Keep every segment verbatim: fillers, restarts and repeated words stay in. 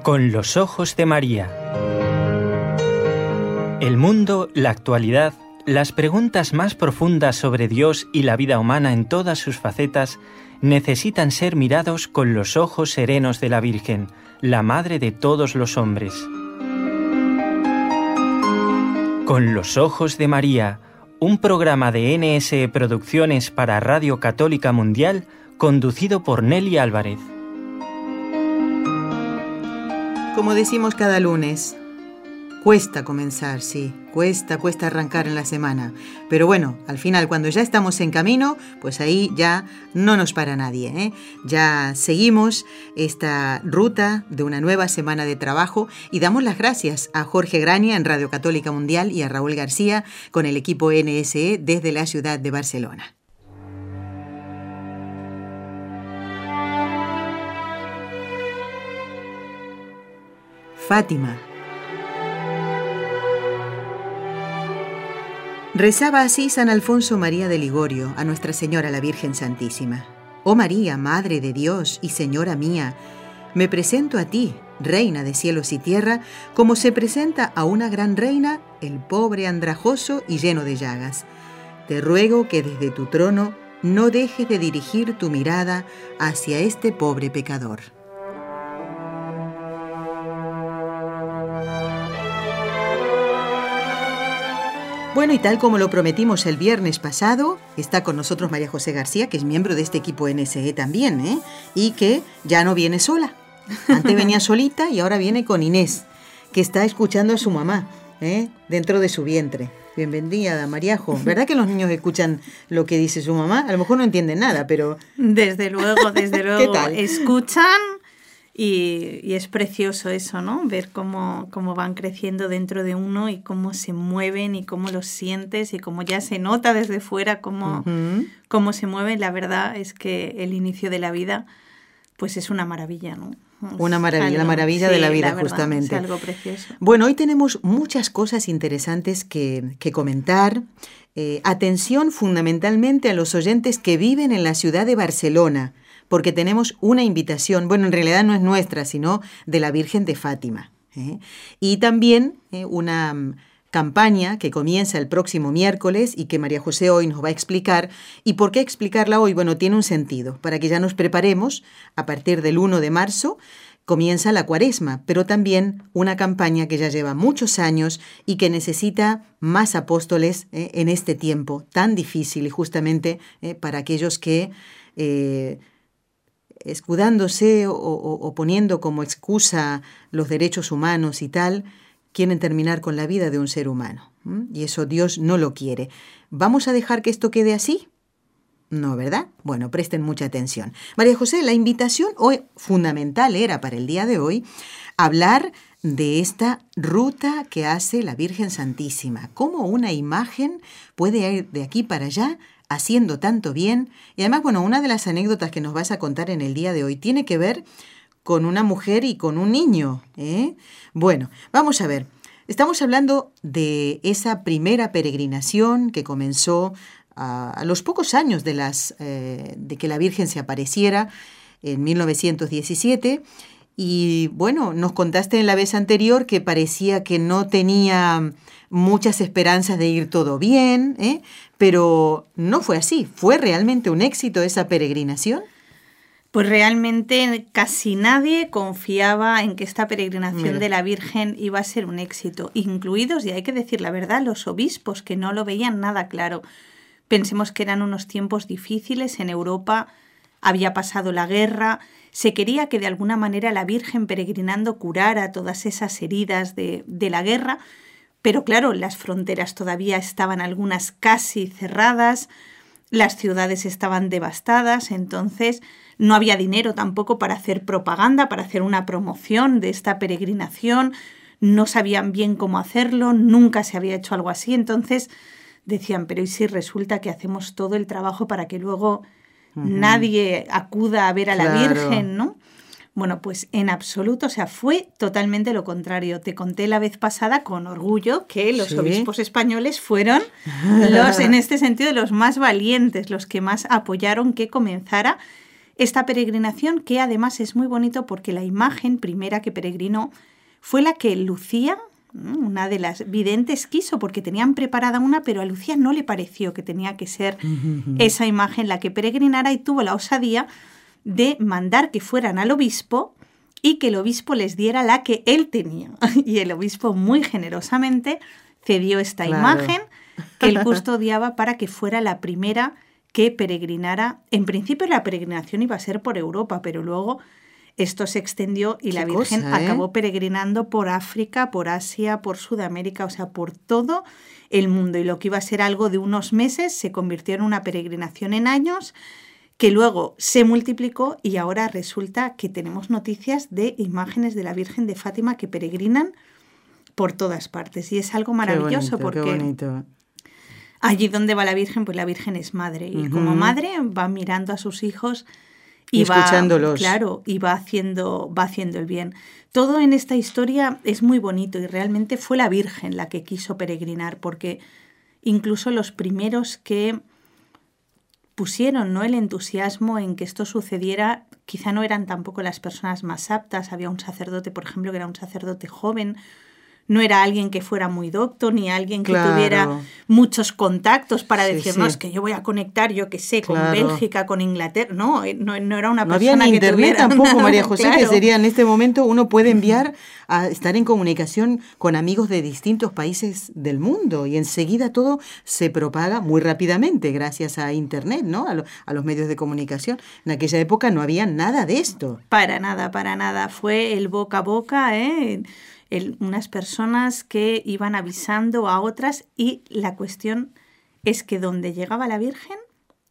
Con los ojos de María. El mundo, la actualidad, las preguntas más profundas sobre Dios y la vida humana en todas sus facetas necesitan ser mirados con los ojos serenos de la Virgen, la Madre de todos los hombres. Con los ojos de María, un programa de N S E Producciones para Radio Católica Mundial, conducido por Nelly Álvarez. Como decimos cada lunes, cuesta comenzar, sí, cuesta, cuesta arrancar en la semana. Pero bueno, al final, cuando ya estamos en camino, pues ahí ya no nos para nadie, ¿eh? Ya seguimos esta ruta de una nueva semana de trabajo y damos las gracias a Jorge Grania en Radio Católica Mundial y a Raúl García con el equipo N S E desde la ciudad de Barcelona. Fátima. Rezaba así San Alfonso María de Ligorio a Nuestra Señora la Virgen Santísima. Oh María, Madre de Dios y Señora mía, me presento a ti, Reina de cielos y tierra, como se presenta a una gran reina el pobre andrajoso y lleno de llagas. Te ruego que desde tu trono no dejes de dirigir tu mirada hacia este pobre pecador. Bueno, y tal como lo prometimos el viernes pasado, está con nosotros María José García, que es miembro de este equipo N S E también, ¿eh? Y que ya no viene sola. Antes venía solita y ahora viene con Inés, que está escuchando a su mamá, ¿eh? Dentro de su vientre. Bienvenida, Mariajo. ¿Verdad que los niños escuchan lo que dice su mamá? A lo mejor no entienden nada, pero... Desde luego, desde luego. ¿Qué tal? Escuchan... Y, y es precioso eso, ¿no? Ver cómo, cómo van creciendo dentro de uno y cómo se mueven y cómo los sientes y cómo ya se nota desde fuera cómo, uh-huh. cómo se mueven. La verdad es que el inicio de la vida pues es una maravilla, ¿no? Es una maravilla, algo, la maravilla sí, de la vida, la verdad, justamente. Es algo precioso. Bueno, hoy tenemos muchas cosas interesantes que, que comentar. Eh, atención fundamentalmente a los oyentes que viven en la ciudad de Barcelona, porque tenemos una invitación, bueno, en realidad no es nuestra, sino de la Virgen de Fátima. ¿eh? Y también eh, una um, campaña que comienza el próximo miércoles y que María José hoy nos va a explicar. ¿Y por qué explicarla hoy? Bueno, tiene un sentido, para que ya nos preparemos. A partir del primero de marzo comienza la Cuaresma, pero también una campaña que ya lleva muchos años y que necesita más apóstoles eh, en este tiempo tan difícil y justamente eh, para aquellos que... Eh, escudándose o, o, o poniendo como excusa los derechos humanos y tal, quieren terminar con la vida de un ser humano. ¿Mm? Y eso Dios no lo quiere. ¿Vamos a dejar que esto quede así? No, ¿verdad? Bueno, presten mucha atención. María José, la invitación hoy fundamental era para el día de hoy hablar de esta ruta que hace la Virgen Santísima. Cómo una imagen puede ir de aquí para allá haciendo tanto bien. Y además, bueno, una de las anécdotas que nos vas a contar en el día de hoy tiene que ver con una mujer y con un niño, ¿eh? Bueno, vamos a ver. Estamos hablando de esa primera peregrinación que comenzó a, a los pocos años de, las, eh, de que la Virgen se apareciera en mil novecientos diecisiete. Y bueno, nos contaste en la vez anterior que parecía que no tenía muchas esperanzas de ir todo bien, ¿eh? Pero no fue así. ¿Fue realmente un éxito esa peregrinación? Pues realmente casi nadie confiaba en que esta peregrinación Mira. de la Virgen iba a ser un éxito, incluidos, y hay que decir la verdad, los obispos, que no lo veían nada claro. Pensemos que eran unos tiempos difíciles en Europa, había pasado la guerra, se quería que de alguna manera la Virgen peregrinando curara todas esas heridas de, de la guerra, pero claro, las fronteras todavía estaban algunas casi cerradas, las ciudades estaban devastadas, entonces no había dinero tampoco para hacer propaganda, para hacer una promoción de esta peregrinación, no sabían bien cómo hacerlo, nunca se había hecho algo así, entonces decían, pero ¿y si resulta que hacemos todo el trabajo para que luego uh-huh. nadie acuda a ver a claro. la Virgen, ¿no? Bueno, pues en absoluto, o sea, fue totalmente lo contrario. Te conté la vez pasada con orgullo que los ¿Sí? obispos españoles fueron los, en este sentido, los más valientes, los que más apoyaron que comenzara esta peregrinación, que además es muy bonito porque la imagen primera que peregrinó fue la que Lucía, una de las videntes, quiso, porque tenían preparada una, pero a Lucía no le pareció que tenía que ser uh-huh. esa imagen la que peregrinara, y tuvo la osadía de mandar que fueran al obispo y que el obispo les diera la que él tenía. Y el obispo muy generosamente cedió esta claro. imagen que él custodiaba para que fuera la primera que peregrinara. En principio la peregrinación iba a ser por Europa, pero luego esto se extendió y la Virgen cosa, ¿eh? acabó peregrinando por África, por Asia, por Sudamérica, o sea, por todo el mundo. Y lo que iba a ser algo de unos meses se convirtió en una peregrinación en años, que luego se multiplicó, y ahora resulta que tenemos noticias de imágenes de la Virgen de Fátima que peregrinan por todas partes. Y es algo maravilloso, qué bonito, porque qué bonito. Allí donde va la Virgen, pues la Virgen es madre. Y uh-huh. como madre va mirando a sus hijos y, y va, escuchándolos. Claro, y va haciendo, va haciendo el bien. Todo en esta historia es muy bonito, y realmente fue la Virgen la que quiso peregrinar, porque incluso los primeros que pusieron, ¿no?, el entusiasmo en que esto sucediera, quizá no eran tampoco las personas más aptas. Había un sacerdote, por ejemplo, que era un sacerdote joven. No era alguien que fuera muy docto, ni alguien que claro. tuviera muchos contactos para sí, decirnos sí. que yo voy a conectar, yo qué sé, con claro. Bélgica, con Inglaterra. No, no, no era una no persona había ni que internet tuviera... tampoco, María José, claro. que sería en este momento uno puede enviar a estar en comunicación con amigos de distintos países del mundo, y enseguida todo se propaga muy rápidamente gracias a internet, ¿no? A, lo, a los medios de comunicación. En aquella época no había nada de esto. Para nada, para nada. Fue el boca a boca, ¿eh? El, unas personas que iban avisando a otras, y la cuestión es que donde llegaba la Virgen,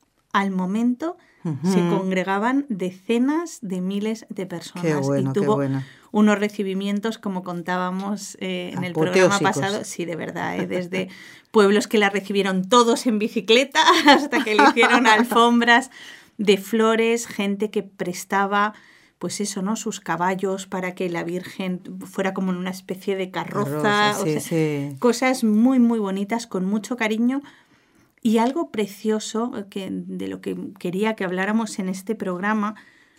al momento uh-huh. se congregaban decenas de miles de personas. Qué bueno, y tuvo qué bueno. unos recibimientos, como contábamos eh, en el programa pasado, sí, de verdad, eh, desde pueblos que la recibieron todos en bicicleta hasta que le hicieron alfombras de flores, gente que prestaba... pues eso, ¿no?, sus caballos para que la Virgen fuera como en una especie de carroza. Carroza, sí, o sea, sí. Cosas muy, muy bonitas, con mucho cariño. Y algo precioso que, de lo que quería que habláramos en este programa,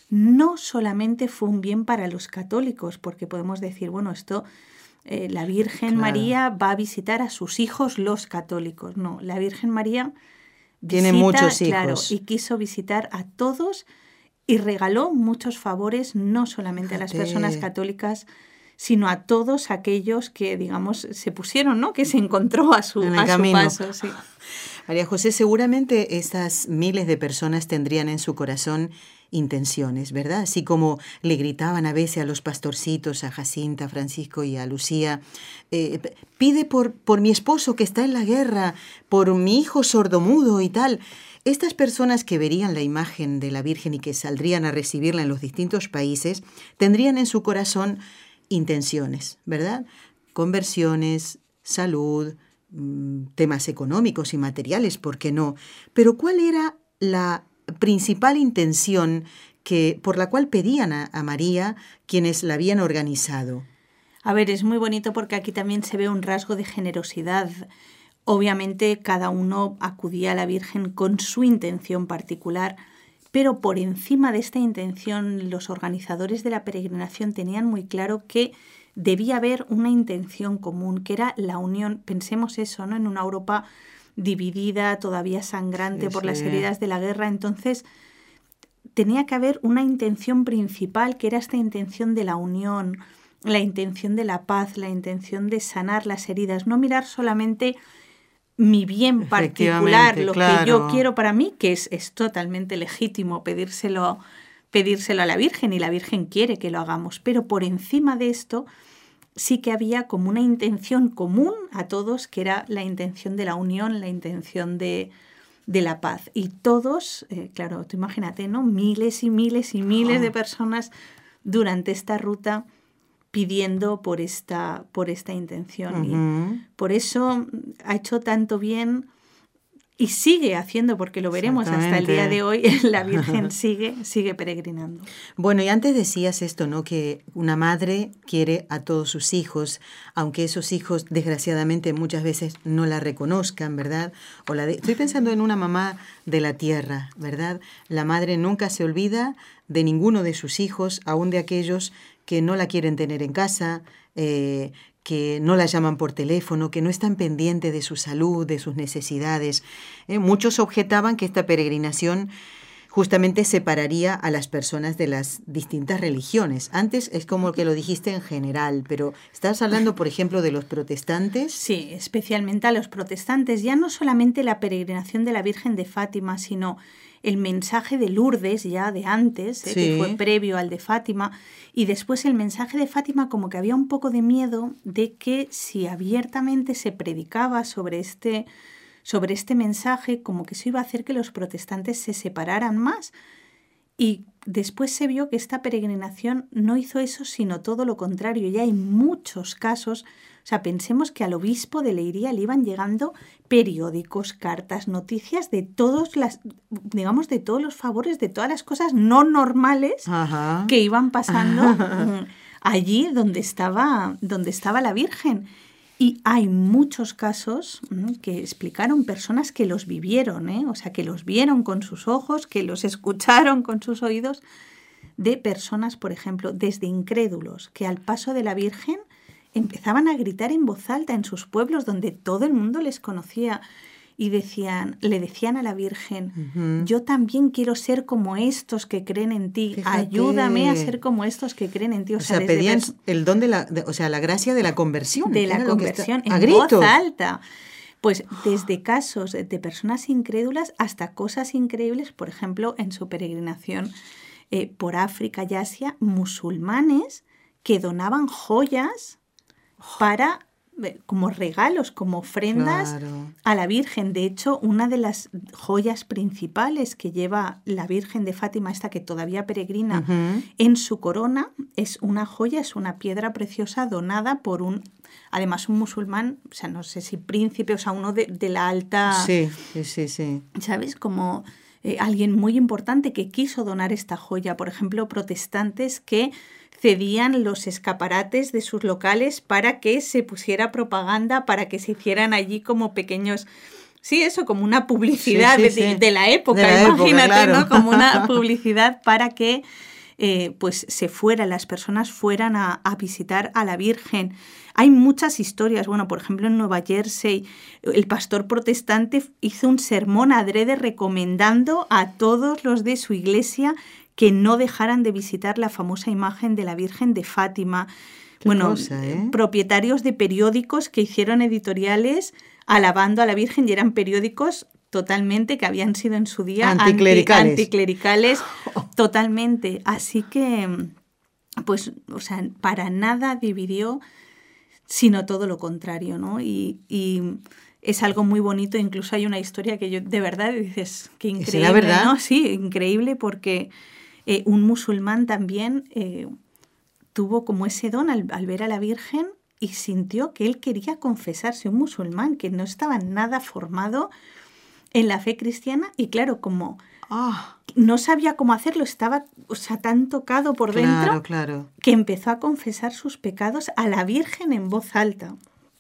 no solamente fue un bien para los católicos, porque podemos decir, bueno, esto, eh, la Virgen claro. María va a visitar a sus hijos los católicos. No, la Virgen María tiene visita, muchos hijos. Claro, y quiso visitar a todos. Y regaló muchos favores, no solamente a las personas católicas, sino a todos aquellos que, digamos, se pusieron, ¿no?, que se encontró a su, a su paso. Sí. María José, seguramente estas miles de personas tendrían en su corazón intenciones, ¿verdad? Así como le gritaban a veces a los pastorcitos, a Jacinta, a Francisco y a Lucía, eh, pide por, por mi esposo que está en la guerra, por mi hijo sordomudo y tal. Estas personas que verían la imagen de la Virgen y que saldrían a recibirla en los distintos países, tendrían en su corazón intenciones, ¿verdad? Conversiones, salud, temas económicos y materiales, ¿por qué no? Pero ¿cuál era la principal intención que, por la cual pedían a, a María quienes la habían organizado? A ver, es muy bonito porque aquí también se ve un rasgo de generosidad. Obviamente cada uno acudía a la Virgen con su intención particular, pero por encima de esta intención los organizadores de la peregrinación tenían muy claro que debía haber una intención común, que era la unión. Pensemos eso, ¿no?, en una Europa dividida, todavía sangrante sí, por sí. las heridas de la guerra. Entonces tenía que haber una intención principal, que era esta intención de la unión, la intención de la paz, la intención de sanar las heridas, no mirar solamente mi bien particular, lo claro. que yo quiero para mí, que es, es totalmente legítimo pedírselo, pedírselo a la Virgen, y la Virgen quiere que lo hagamos, pero por encima de esto sí que había como una intención común a todos, que era la intención de la unión, la intención de, de la paz. Y todos, eh, claro, tú imagínate, ¿no?, miles y miles y miles oh. de personas durante esta ruta pidiendo por esta, por esta intención. Uh-huh. Y por eso ha hecho tanto bien y sigue haciendo, porque lo veremos hasta el día de hoy, la Virgen sigue, sigue peregrinando. Bueno, y antes decías esto, ¿no? Que una madre quiere a todos sus hijos, aunque esos hijos desgraciadamente muchas veces no la reconozcan, ¿verdad? O la de... Estoy pensando en una mamá de la tierra, ¿verdad? La madre nunca se olvida de ninguno de sus hijos, aun de aquellos que no la quieren tener en casa, eh, que no la llaman por teléfono, que no están pendientes de su salud, de sus necesidades. Eh, muchos objetaban que esta peregrinación justamente separaría a las personas de las distintas religiones. Antes es como que lo dijiste en general, pero ¿estás hablando, por ejemplo, de los protestantes? Sí, especialmente a los protestantes. Ya no solamente la peregrinación de la Virgen de Fátima, sino el mensaje de Lourdes ya de antes, ¿eh? Sí. Que fue previo al de Fátima, y después el mensaje de Fátima, como que había un poco de miedo de que si abiertamente se predicaba sobre este, sobre este mensaje, como que eso iba a hacer que los protestantes se separaran más. Y después se vio que esta peregrinación no hizo eso, sino todo lo contrario. Ya hay muchos casos. O sea, pensemos que al obispo de Leiria le iban llegando periódicos, cartas, noticias de todos las, digamos, de todos los favores, de todas las cosas no normales Ajá. que iban pasando allí donde estaba, donde estaba la Virgen. Y hay muchos casos que explicaron personas que los vivieron, ¿eh? O sea, que los vieron con sus ojos, que los escucharon con sus oídos, de personas, por ejemplo, desde incrédulos, que al paso de la Virgen empezaban a gritar en voz alta en sus pueblos donde todo el mundo les conocía y decían, le decían a la Virgen, uh-huh. yo también quiero ser como estos que creen en ti, Fíjate. ayúdame a ser como estos que creen en ti. O, o sea, sea pedían pers- el don de la, de, o sea, la gracia de la conversión. De la conversión está, en gritos. voz alta. Pues desde casos de personas incrédulas hasta cosas increíbles, por ejemplo, en su peregrinación eh, por África y Asia, musulmanes que donaban joyas para, como regalos, como ofrendas claro. a la Virgen. De hecho, una de las joyas principales que lleva la Virgen de Fátima, esta que todavía peregrina, uh-huh. en su corona, es una joya, es una piedra preciosa donada por un, además un musulmán, o sea, no sé si príncipe, o sea, uno de, de la alta... Sí, sí, sí, sí. ¿Sabes? Como eh, alguien muy importante que quiso donar esta joya. Por ejemplo, protestantes que cedían los escaparates de sus locales para que se pusiera propaganda, para que se hicieran allí como pequeños... Sí, eso, como una publicidad sí, sí, de, sí. de la época, de la imagínate, época, claro. ¿no? Como una publicidad para que eh, pues se fueran, las personas fueran a, a visitar a la Virgen. Hay muchas historias. Bueno, por ejemplo, en Nueva Jersey, el pastor protestante hizo un sermón adrede recomendando a todos los de su iglesia que no dejaran de visitar la famosa imagen de la Virgen de Fátima. Qué bueno, cosa, ¿eh? Propietarios de periódicos que hicieron editoriales alabando a la Virgen, y eran periódicos totalmente que habían sido en su día anticlericales, anti, anticlericales totalmente. Así que, pues, o sea, para nada dividió, sino todo lo contrario, ¿no? Y, y es algo muy bonito. Incluso hay una historia que yo, de verdad, dices, qué increíble, ¿es la verdad? ¿no? Sí, increíble, porque eh, un musulmán también eh, tuvo como ese don al, al ver a la Virgen y sintió que él quería confesarse, un musulmán que no estaba nada formado en la fe cristiana, y claro, como oh. no sabía cómo hacerlo, estaba, o sea, tan tocado por claro, dentro claro. que empezó a confesar sus pecados a la Virgen en voz alta,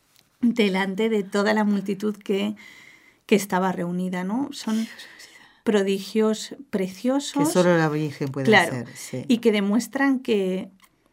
delante de toda la multitud que, que estaba reunida, ¿no? Son prodigios preciosos. Que solo la Virgen puede claro, hacer. Sí. Y que demuestran que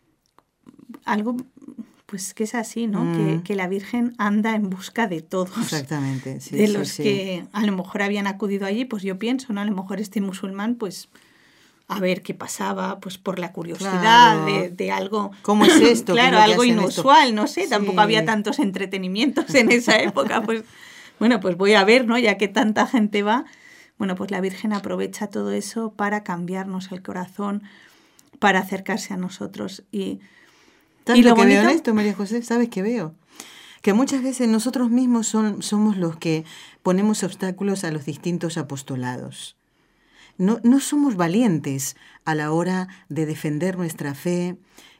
algo... pues que es así, ¿no? Mm. Que, que la Virgen anda en busca de todos. Exactamente, sí. De sí, los sí. que a lo mejor habían acudido allí, pues yo pienso, ¿no? A lo mejor este musulmán, pues, a ver qué pasaba, pues por la curiosidad claro. de, de algo... ¿Cómo es esto? Claro, es algo inusual, esto? No sé, sí. Tampoco había tantos entretenimientos en esa época, pues, bueno, pues voy a ver, ¿no? Ya que tanta gente va, bueno, pues la Virgen aprovecha todo eso para cambiarnos el corazón, para acercarse a nosotros. Y ¿Sabes lo, lo que bonito? Veo en esto, María José? ¿Sabes qué veo? Que muchas veces nosotros mismos son, somos los que ponemos obstáculos a los distintos apostolados. No, no somos valientes a la hora de defender nuestra fe,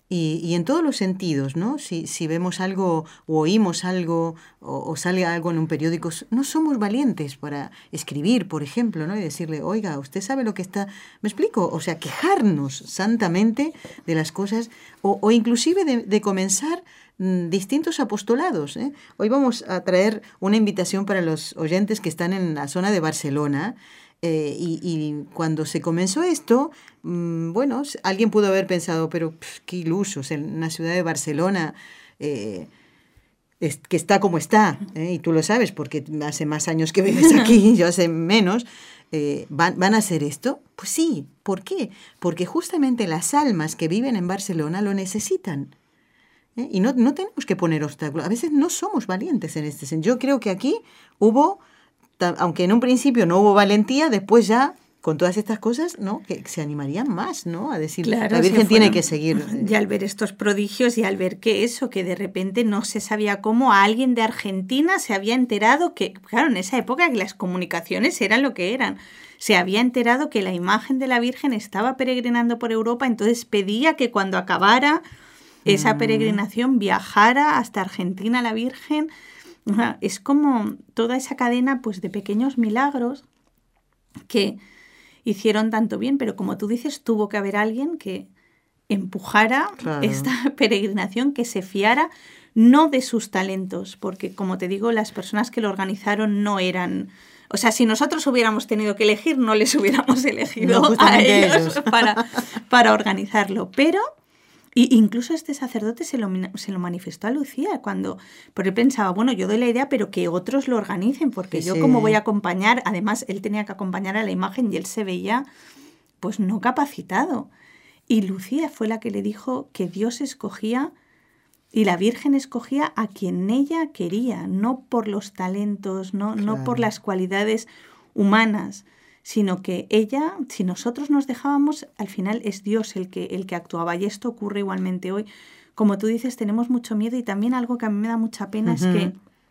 Y, y en todos los sentidos, ¿no? Si, si vemos algo o oímos algo o, o sale algo en un periódico, no somos valientes para escribir, por ejemplo, ¿no? Y decirle, oiga, ¿usted sabe lo que está...? ¿Me explico? O sea, quejarnos santamente de las cosas o, o inclusive de, de comenzar mm, distintos apostolados, ¿eh? Hoy vamos a traer una invitación para los oyentes que están en la zona de Barcelona. Eh, y, y cuando se comenzó esto, mmm, bueno, alguien pudo haber pensado, pero pff, qué ilusos, en una ciudad de Barcelona eh, es, que está como está, ¿eh? Y tú lo sabes porque hace más años que vives aquí, yo hace menos, eh, ¿van, ¿van a hacer esto? Pues sí, ¿por qué? Porque justamente las almas que viven en Barcelona lo necesitan. ¿Eh? Y no, no tenemos que poner obstáculos, a veces no somos valientes en este sentido. Yo creo que aquí hubo... Aunque en un principio no hubo valentía, después ya, con todas estas cosas, ¿no? Que se animarían más, ¿no? A decir, claro, la Virgen tiene que seguir. Y al ver estos prodigios y al ver que eso, que de repente no se sabía cómo, a alguien de Argentina se había enterado que, claro, en esa época que las comunicaciones eran lo que eran, se había enterado que la imagen de la Virgen estaba peregrinando por Europa, entonces pedía que cuando acabara esa peregrinación viajara hasta Argentina la Virgen. Es como toda esa cadena pues, de pequeños milagros que hicieron tanto bien, pero como tú dices, tuvo que haber alguien que empujara claro. esta peregrinación, que se fiara no de sus talentos, porque como te digo, las personas que lo organizaron no eran... O sea, si nosotros hubiéramos tenido que elegir, no les hubiéramos elegido no, a ellos, ellos. Para, para organizarlo, pero... Y incluso este sacerdote se lo, se lo manifestó a Lucía cuando, porque él pensaba, bueno, yo doy la idea, pero que otros lo organicen, porque sí, yo como voy a acompañar, además él tenía que acompañar a la imagen y él se veía pues no capacitado. Y Lucía fue la que le dijo que Dios escogía y la Virgen escogía a quien ella quería, no por los talentos, no, claro. no por las cualidades humanas, sino que ella, si nosotros nos dejábamos, al final es Dios el que, el que actuaba. Y esto ocurre igualmente hoy. Como tú dices, tenemos mucho miedo y también algo que a mí me da mucha pena uh-huh. es que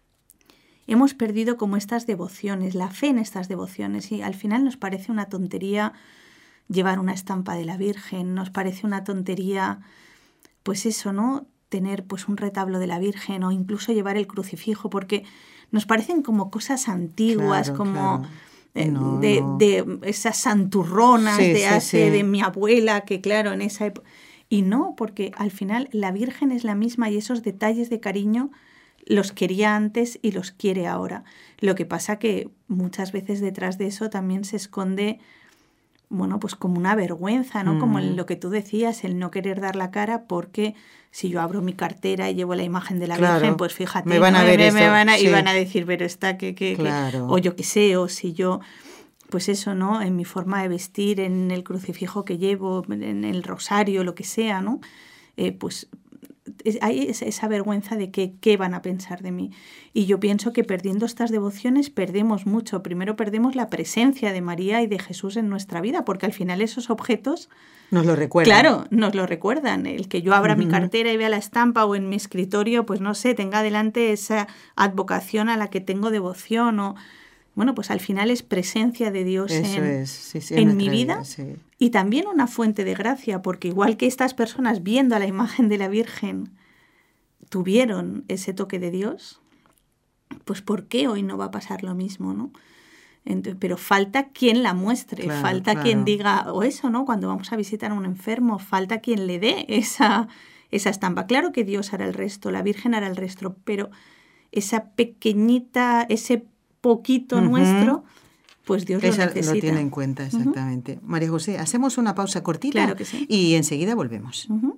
hemos perdido como estas devociones, la fe en estas devociones. Y al final nos parece una tontería llevar una estampa de la Virgen, nos parece una tontería, pues eso, ¿no? Tener pues un retablo de la Virgen o incluso llevar el crucifijo, porque nos parecen como cosas antiguas, claro, como... Claro. No, de, no. de esas santurronas sí, de sí, hace sí. de mi abuela, que claro, en esa época... Y no, porque al final la Virgen es la misma y esos detalles de cariño los quería antes y los quiere ahora. Lo que pasa que muchas veces detrás de eso también se esconde, bueno, pues como una vergüenza, ¿no? Mm. Como lo que tú decías, el no querer dar la cara porque... Si yo abro mi cartera y llevo la imagen de la claro, Virgen, pues fíjate, me van a ¿no? ver me, esto, me van a, sí. y van a decir, pero está que, que, claro. que, o yo qué sé, o si yo, pues eso, ¿no? En mi forma de vestir, en el crucifijo que llevo, en el rosario, lo que sea, ¿no? Eh, pues hay esa vergüenza de que qué van a pensar de mí. Y yo pienso que perdiendo estas devociones perdemos mucho. Primero perdemos la presencia de María y de Jesús en nuestra vida, porque al final esos objetos... Nos lo recuerdan. Claro, nos lo recuerdan. El que yo abra uh-huh. mi cartera y vea la estampa o en mi escritorio, pues no sé, tenga delante esa advocación a la que tengo devoción o... Bueno, pues al final es presencia de Dios Eso en, es. Sí, sí, en en mi vida vida, sí. Y también una fuente de gracia, porque igual que estas personas viendo a la imagen de la Virgen tuvieron ese toque de Dios, pues ¿por qué hoy no va a pasar lo mismo, no? Entonces, pero falta quien la muestre, claro, falta claro. quien diga, o eso, ¿no? Cuando vamos a visitar a un enfermo, falta quien le dé esa, esa estampa. Claro que Dios hará el resto, la Virgen hará el resto, pero esa pequeñita, ese poquito uh-huh. nuestro, pues Dios Esa lo necesita. Lo tiene en cuenta, exactamente. Uh-huh. María José, hacemos una pausa cortita claro que sí. y enseguida volvemos. Uh-huh.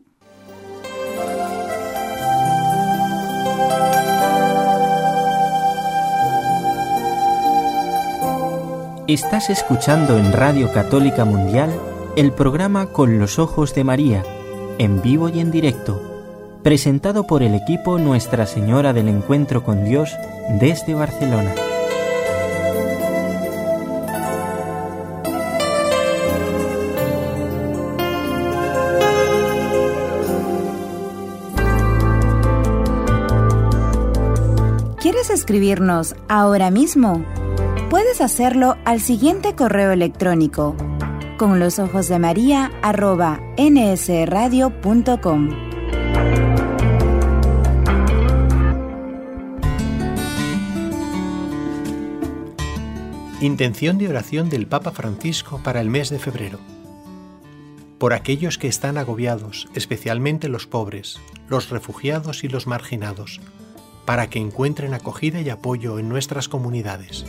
Estás escuchando en Radio Católica Mundial el programa Con los Ojos de María, en vivo y en directo, presentado por el equipo Nuestra Señora del Encuentro con Dios desde Barcelona. ¿Quieres escribirnos ahora mismo? Puedes hacerlo al siguiente correo electrónico con los ojos de María arroba n s radio punto com. Intención de oración del Papa Francisco para el mes de febrero. Por aquellos que están agobiados, especialmente los pobres, los refugiados y los marginados, para que encuentren acogida y apoyo en nuestras comunidades.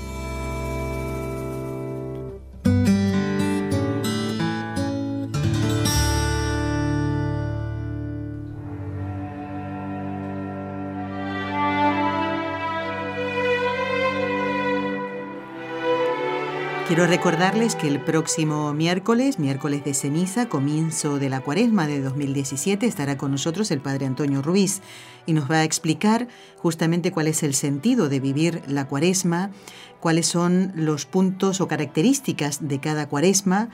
Quiero recordarles que el próximo miércoles, miércoles de ceniza, comienzo de la cuaresma de dos mil diecisiete, estará con nosotros el Padre Antonio Ruiz y nos va a explicar justamente cuál es el sentido de vivir la cuaresma, cuáles son los puntos o características de cada cuaresma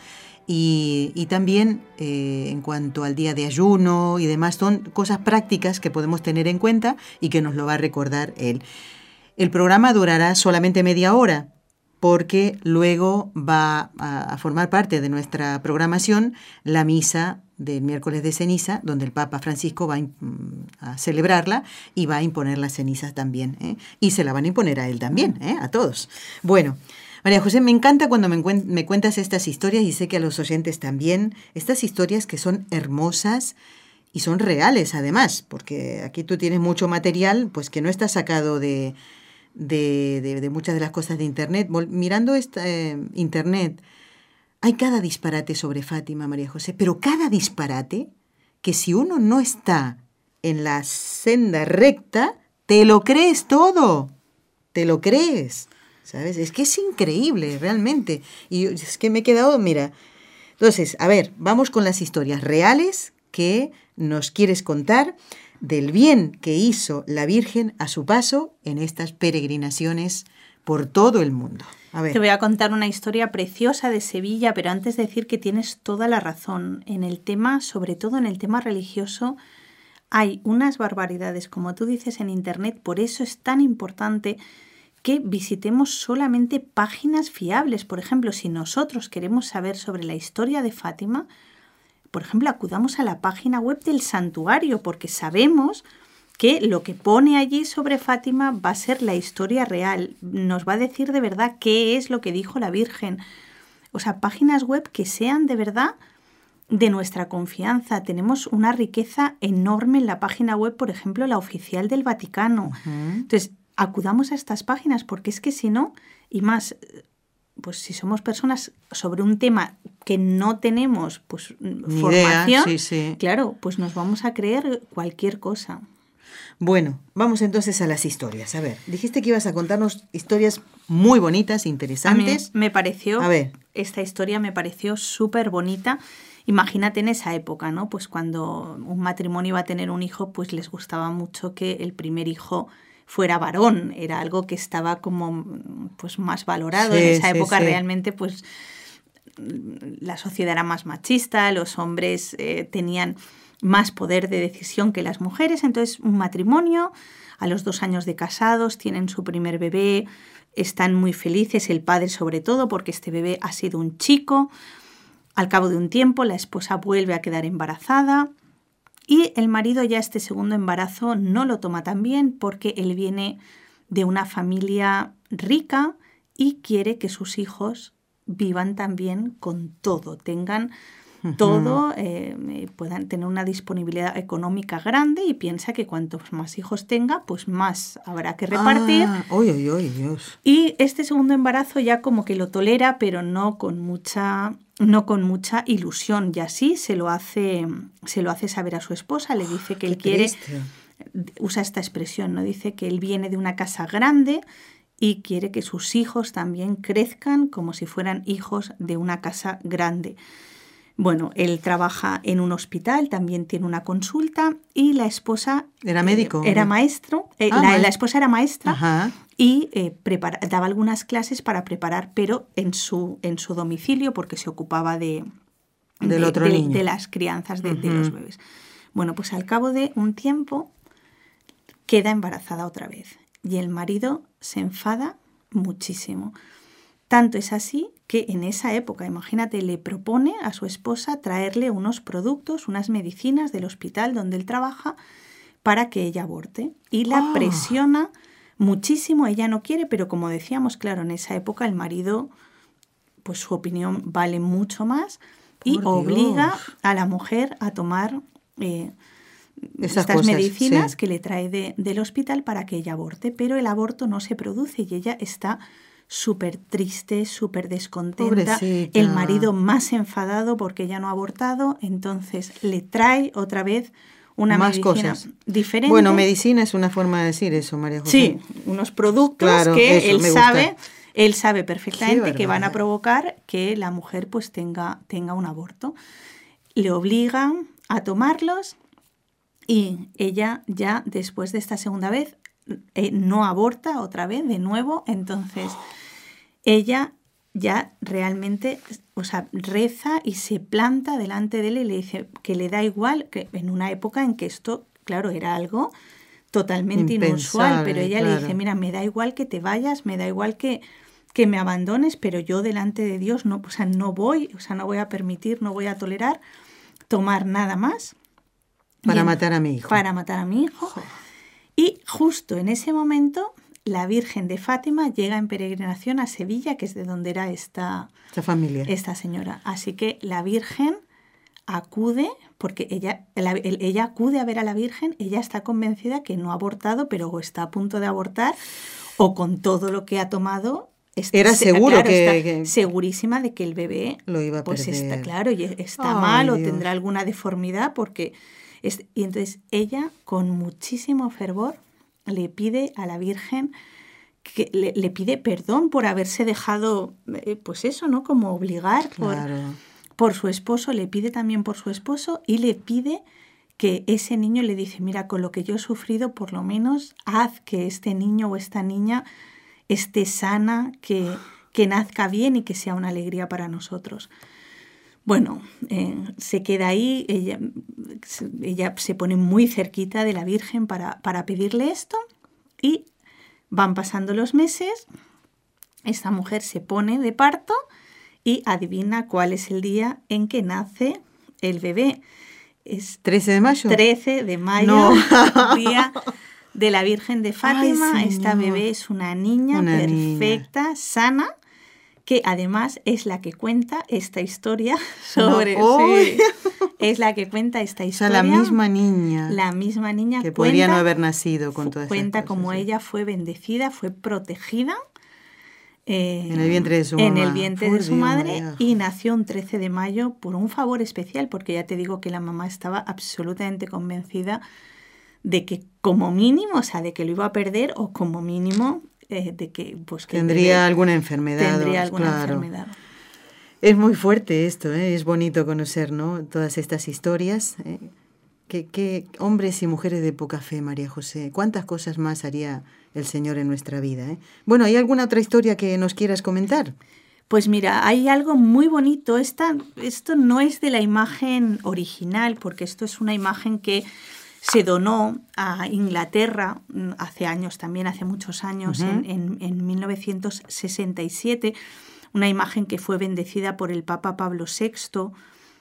y, y también eh, en cuanto al día de ayuno y demás, son cosas prácticas que podemos tener en cuenta y que nos lo va a recordar él. El programa durará solamente media hora, porque luego va a formar parte de nuestra programación la misa del miércoles de ceniza, donde el Papa Francisco va a celebrarla y va a imponer las cenizas también, ¿eh? Y se la van a imponer a él también, ¿eh? A todos. Bueno, María José, me encanta cuando me, cuen- me cuentas estas historias y sé que a los oyentes también, estas historias que son hermosas y son reales además, porque aquí tú tienes mucho material pues que no está sacado de... De, de, de muchas de las cosas de Internet. Mirando esta, eh, Internet, hay cada disparate sobre Fátima, María José, pero cada disparate que si uno no está en la senda recta, te lo crees todo, te lo crees, ¿sabes? Es que es increíble, realmente. Y es que me he quedado, mira, entonces, a ver, vamos con las historias reales que nos quieres contar del bien que hizo la Virgen a su paso en estas peregrinaciones por todo el mundo. A ver. Te voy a contar una historia preciosa de Sevilla, pero antes decir que tienes toda la razón. En el tema, sobre todo en el tema religioso, hay unas barbaridades, como tú dices, en Internet. Por eso es tan importante que visitemos solamente páginas fiables. Por ejemplo, si nosotros queremos saber sobre la historia de Fátima, por ejemplo, acudamos a la página web del santuario porque sabemos que lo que pone allí sobre Fátima va a ser la historia real. Nos va a decir de verdad qué es lo que dijo la Virgen. O sea, páginas web que sean de verdad de nuestra confianza. Tenemos una riqueza enorme en la página web, por ejemplo, la oficial del Vaticano. Uh-huh. Entonces, acudamos a estas páginas porque es que si no, y más... pues si somos personas sobre un tema que no tenemos pues Ni formación, idea, sí, sí. Claro, pues nos vamos a creer cualquier cosa. Bueno, vamos entonces a las historias. A ver, dijiste que ibas a contarnos historias muy bonitas, interesantes. A mí me pareció, a ver. esta historia me pareció súper bonita. Imagínate en esa época, ¿no? Pues cuando un matrimonio iba a tener un hijo, pues les gustaba mucho que el primer hijo fuera varón, era algo que estaba como pues más valorado. Sí, en esa sí, época sí. Realmente pues la sociedad era más machista, los hombres eh, tenían más poder de decisión que las mujeres, entonces un matrimonio, a los dos años de casados, tienen su primer bebé, están muy felices, el padre sobre todo, porque este bebé ha sido un chico. Al cabo de un tiempo la esposa vuelve a quedar embarazada, y el marido ya este segundo embarazo no lo toma tan bien porque él viene de una familia rica y quiere que sus hijos vivan también con todo, tengan uh-huh. todo, eh, puedan tener una disponibilidad económica grande y piensa que cuantos más hijos tenga, pues más habrá que repartir. Ah, oy, oy, oy, Dios. Y este segundo embarazo ya como que lo tolera, pero no con mucha... no con mucha ilusión, y así se lo hace se lo hace saber a su esposa, le dice que él quiere, usa esta expresión, ¿no? Dice que él viene de una casa grande y quiere que sus hijos también crezcan como si fueran hijos de una casa grande. Bueno, él trabaja en un hospital, también tiene una consulta y la esposa... ¿Era médico? Eh, era maestro, eh, ah, la, la esposa era maestra. Ajá. Y eh, prepara, daba algunas clases para preparar, pero en su, en su domicilio porque se ocupaba de, Del de, otro de, niño. de las crianzas de, Uh-huh. de los bebés. Bueno, pues al cabo de un tiempo queda embarazada otra vez y el marido se enfada muchísimo. Tanto es así que en esa época, imagínate, le propone a su esposa traerle unos productos, unas medicinas del hospital donde él trabaja para que ella aborte. Y la Oh. presiona muchísimo, ella no quiere, pero como decíamos, claro, en esa época el marido, pues su opinión vale mucho más y Por obliga Dios. a la mujer a tomar eh, Esas estas cosas, medicinas sí. que le trae de- del hospital para que ella aborte, pero el aborto no se produce y ella está súper triste, súper descontenta, Pobrecita. el marido más enfadado porque ella no ha abortado, entonces le trae otra vez una Más medicina cosas. diferente. Bueno, medicina es una forma de decir eso, María José. Sí, unos productos Claro, que eso, él me gusta. sabe, él sabe perfectamente Qué que van a barbaridad. provocar que la mujer pues tenga, tenga un aborto. Le obligan a tomarlos y ella ya después de esta segunda vez eh, no aborta otra vez de nuevo, entonces ella ya realmente, o sea, reza y se planta delante de él y le dice que le da igual, que en una época en que esto, claro, era algo totalmente inusual, Impensable, pero ella le claro. dice, mira, me da igual que te vayas, me da igual que, que me abandones, pero yo delante de Dios no, o sea, no voy, o sea, no voy a permitir, no voy a tolerar tomar nada más. Para Y en- matar a mi hijo. Para matar a mi hijo. Y justo en ese momento, la Virgen de Fátima llega en peregrinación a Sevilla, que es de donde era esta, Esta familia. esta señora. Así que la Virgen acude, porque ella, la- el- ella acude a ver a la Virgen, ella está convencida que no ha abortado, pero o está a punto de abortar, o con todo lo que ha tomado. está- Era se- seguro claro, que- está que- segurísima de que el bebé Lo iba a pues está perder. claro y está Ay, mal o Dios. tendrá alguna deformidad porque es- y entonces ella con muchísimo fervor le pide a la Virgen que le, le pide perdón por haberse dejado eh, pues eso, ¿no? Como obligar por, Claro. por su esposo, le pide también por su esposo y le pide que ese niño le dice, mira, con lo que yo he sufrido, por lo menos haz que este niño o esta niña esté sana, que, que nazca bien y que sea una alegría para nosotros. Bueno, eh, se queda ahí, ella, ella se pone muy cerquita de la Virgen para, para pedirle esto y van pasando los meses, esta mujer se pone de parto y adivina cuál es el día en que nace el bebé. Es ¿trece de mayo? trece de mayo, No. día de la Virgen de Fátima. Ay, Esta señor. bebé es una niña Una perfecta, sana, que además es la que cuenta esta historia sobre... No. sí, es la que cuenta esta O sea, historia. la misma niña La misma niña que cuenta, podría no haber nacido con fu- todas esas cuenta cosas, cómo sí. ella fue bendecida, fue protegida. eh, En el vientre de su En mamá. el vientre Por de su Dios, madre María. y nació un trece de mayo por un favor especial, porque ya te digo que la mamá estaba absolutamente convencida de que como mínimo, o sea, de que lo iba a perder o como mínimo eh, de que pues que el Tendría bebé alguna enfermedad. tendría o- alguna claro. enfermedad. Es muy fuerte esto, ¿eh? Es bonito conocer, ¿no? Todas estas historias. ¿eh? ¿Qué, qué hombres y mujeres de poca fe, María José. ¿Cuántas cosas más haría el Señor en nuestra vida? ¿eh? Bueno, ¿hay alguna otra historia que nos quieras comentar? Pues mira, hay algo muy bonito. Esta, esto no es de la imagen original, porque esto es una imagen que se donó a Inglaterra mm, hace años, también hace muchos años, Ujú. en, en, en mil novecientos sesenta y siete, una imagen que fue bendecida por el Papa Pablo sexto,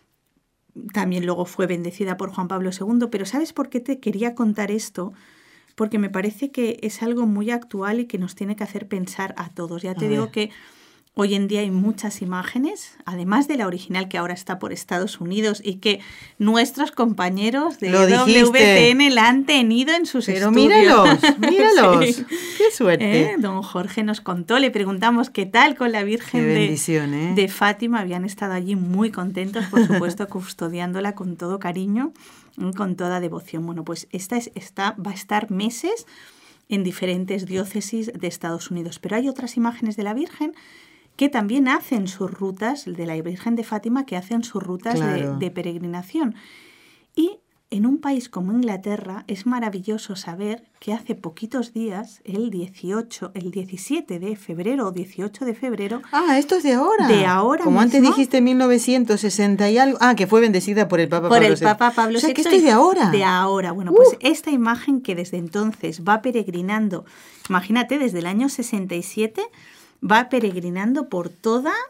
también luego fue bendecida por Juan Pablo segundo, pero ¿sabes por qué te quería contar esto? Porque me parece que es algo muy actual y que nos tiene que hacer pensar a todos. Ya te A digo ver. que hoy en día hay muchas imágenes, además de la original que ahora está por Estados Unidos y que nuestros compañeros de Lo dijiste. W T N la han tenido en sus Pero estudios. míralos, míralos. Sí. Qué suerte. ¿Eh? Don Jorge nos contó, le preguntamos qué tal con la Virgen Qué de, bendición, ¿eh? de Fátima. Habían estado allí muy contentos, por supuesto, custodiándola con todo cariño, con toda devoción. Bueno, pues esta, es, esta va a estar meses en diferentes diócesis de Estados Unidos. Pero hay otras imágenes de la Virgen que también hacen sus rutas, de la Virgen de Fátima, que hacen sus rutas Claro. de, de peregrinación. Y en un país como Inglaterra es maravilloso saber que hace poquitos días, el dieciocho, el diecisiete de febrero o dieciocho de febrero, Ah, esto es de ahora. De ahora Como antes mismo. dijiste, mil novecientos sesenta y algo. Ah, que fue bendecida por el Papa por Pablo el sexto. Papa Pablo O sea, sexto. que esto es de ahora. De ahora. Bueno, pues Uh. esta imagen que desde entonces va peregrinando, imagínate, desde el año sesenta y siete, va peregrinando por toda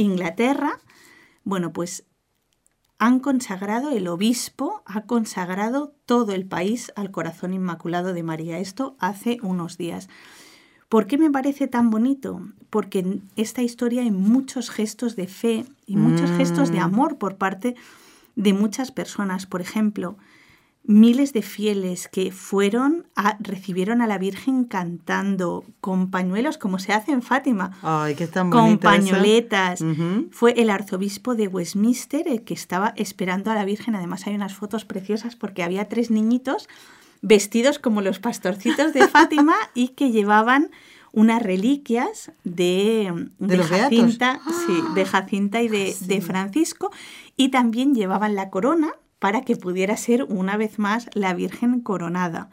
Inglaterra, bueno, pues han consagrado, el obispo ha consagrado todo el país al corazón inmaculado de María. Esto hace unos días. ¿Por qué me parece tan bonito? Porque en esta historia hay muchos gestos de fe y muchos mm. gestos de amor por parte de muchas personas. Por ejemplo, miles de fieles que fueron a, recibieron a la Virgen cantando con pañuelos, como se hace en Fátima. Ay, qué tan con bonita pañoletas. Uh-huh. Fue el arzobispo de Westminster el que estaba esperando a la Virgen. Además hay unas fotos preciosas porque había tres niñitos vestidos como los pastorcitos de Fátima y que llevaban unas reliquias de, de, de Jacinta, ¡Ah! sí, de Jacinta y de, sí. de Francisco, y también llevaban la corona para que pudiera ser una vez más la Virgen coronada.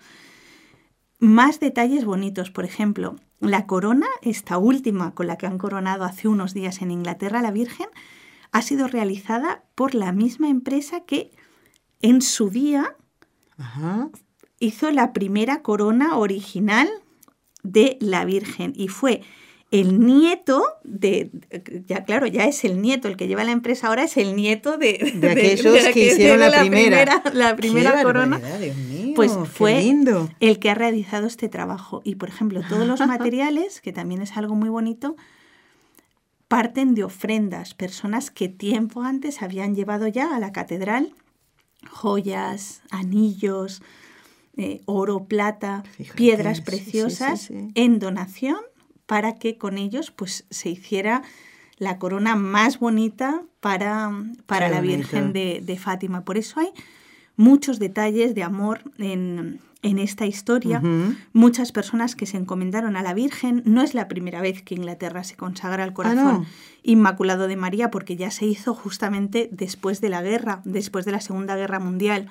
Más detalles bonitos, por ejemplo, la corona, esta última con la que han coronado hace unos días en Inglaterra la Virgen, ha sido realizada por la misma empresa que en su día Ajá. hizo la primera corona original de la Virgen y fue el nieto de, ya claro, ya es el nieto, el que lleva la empresa ahora es el nieto de, de aquellos de, de, que hicieron la, la primera. primera. La primera corona, Dios mío, pues fue lindo. El que ha realizado este trabajo. Y, por ejemplo, todos los materiales, que también es algo muy bonito, parten de ofrendas, personas que tiempo antes habían llevado ya a la catedral joyas, anillos, eh, oro, plata, Fíjate, piedras preciosas sí, sí, sí, sí. en donación para que con ellos pues, se hiciera la corona más bonita para, para la Virgen de, de Fátima. Por eso hay muchos detalles de amor en, en esta historia. Uh-huh. Muchas personas que se encomendaron a la Virgen. No es la primera vez que Inglaterra se consagra al corazón ah, no. inmaculado de María, porque ya se hizo justamente después de la guerra, después de la Segunda Guerra Mundial.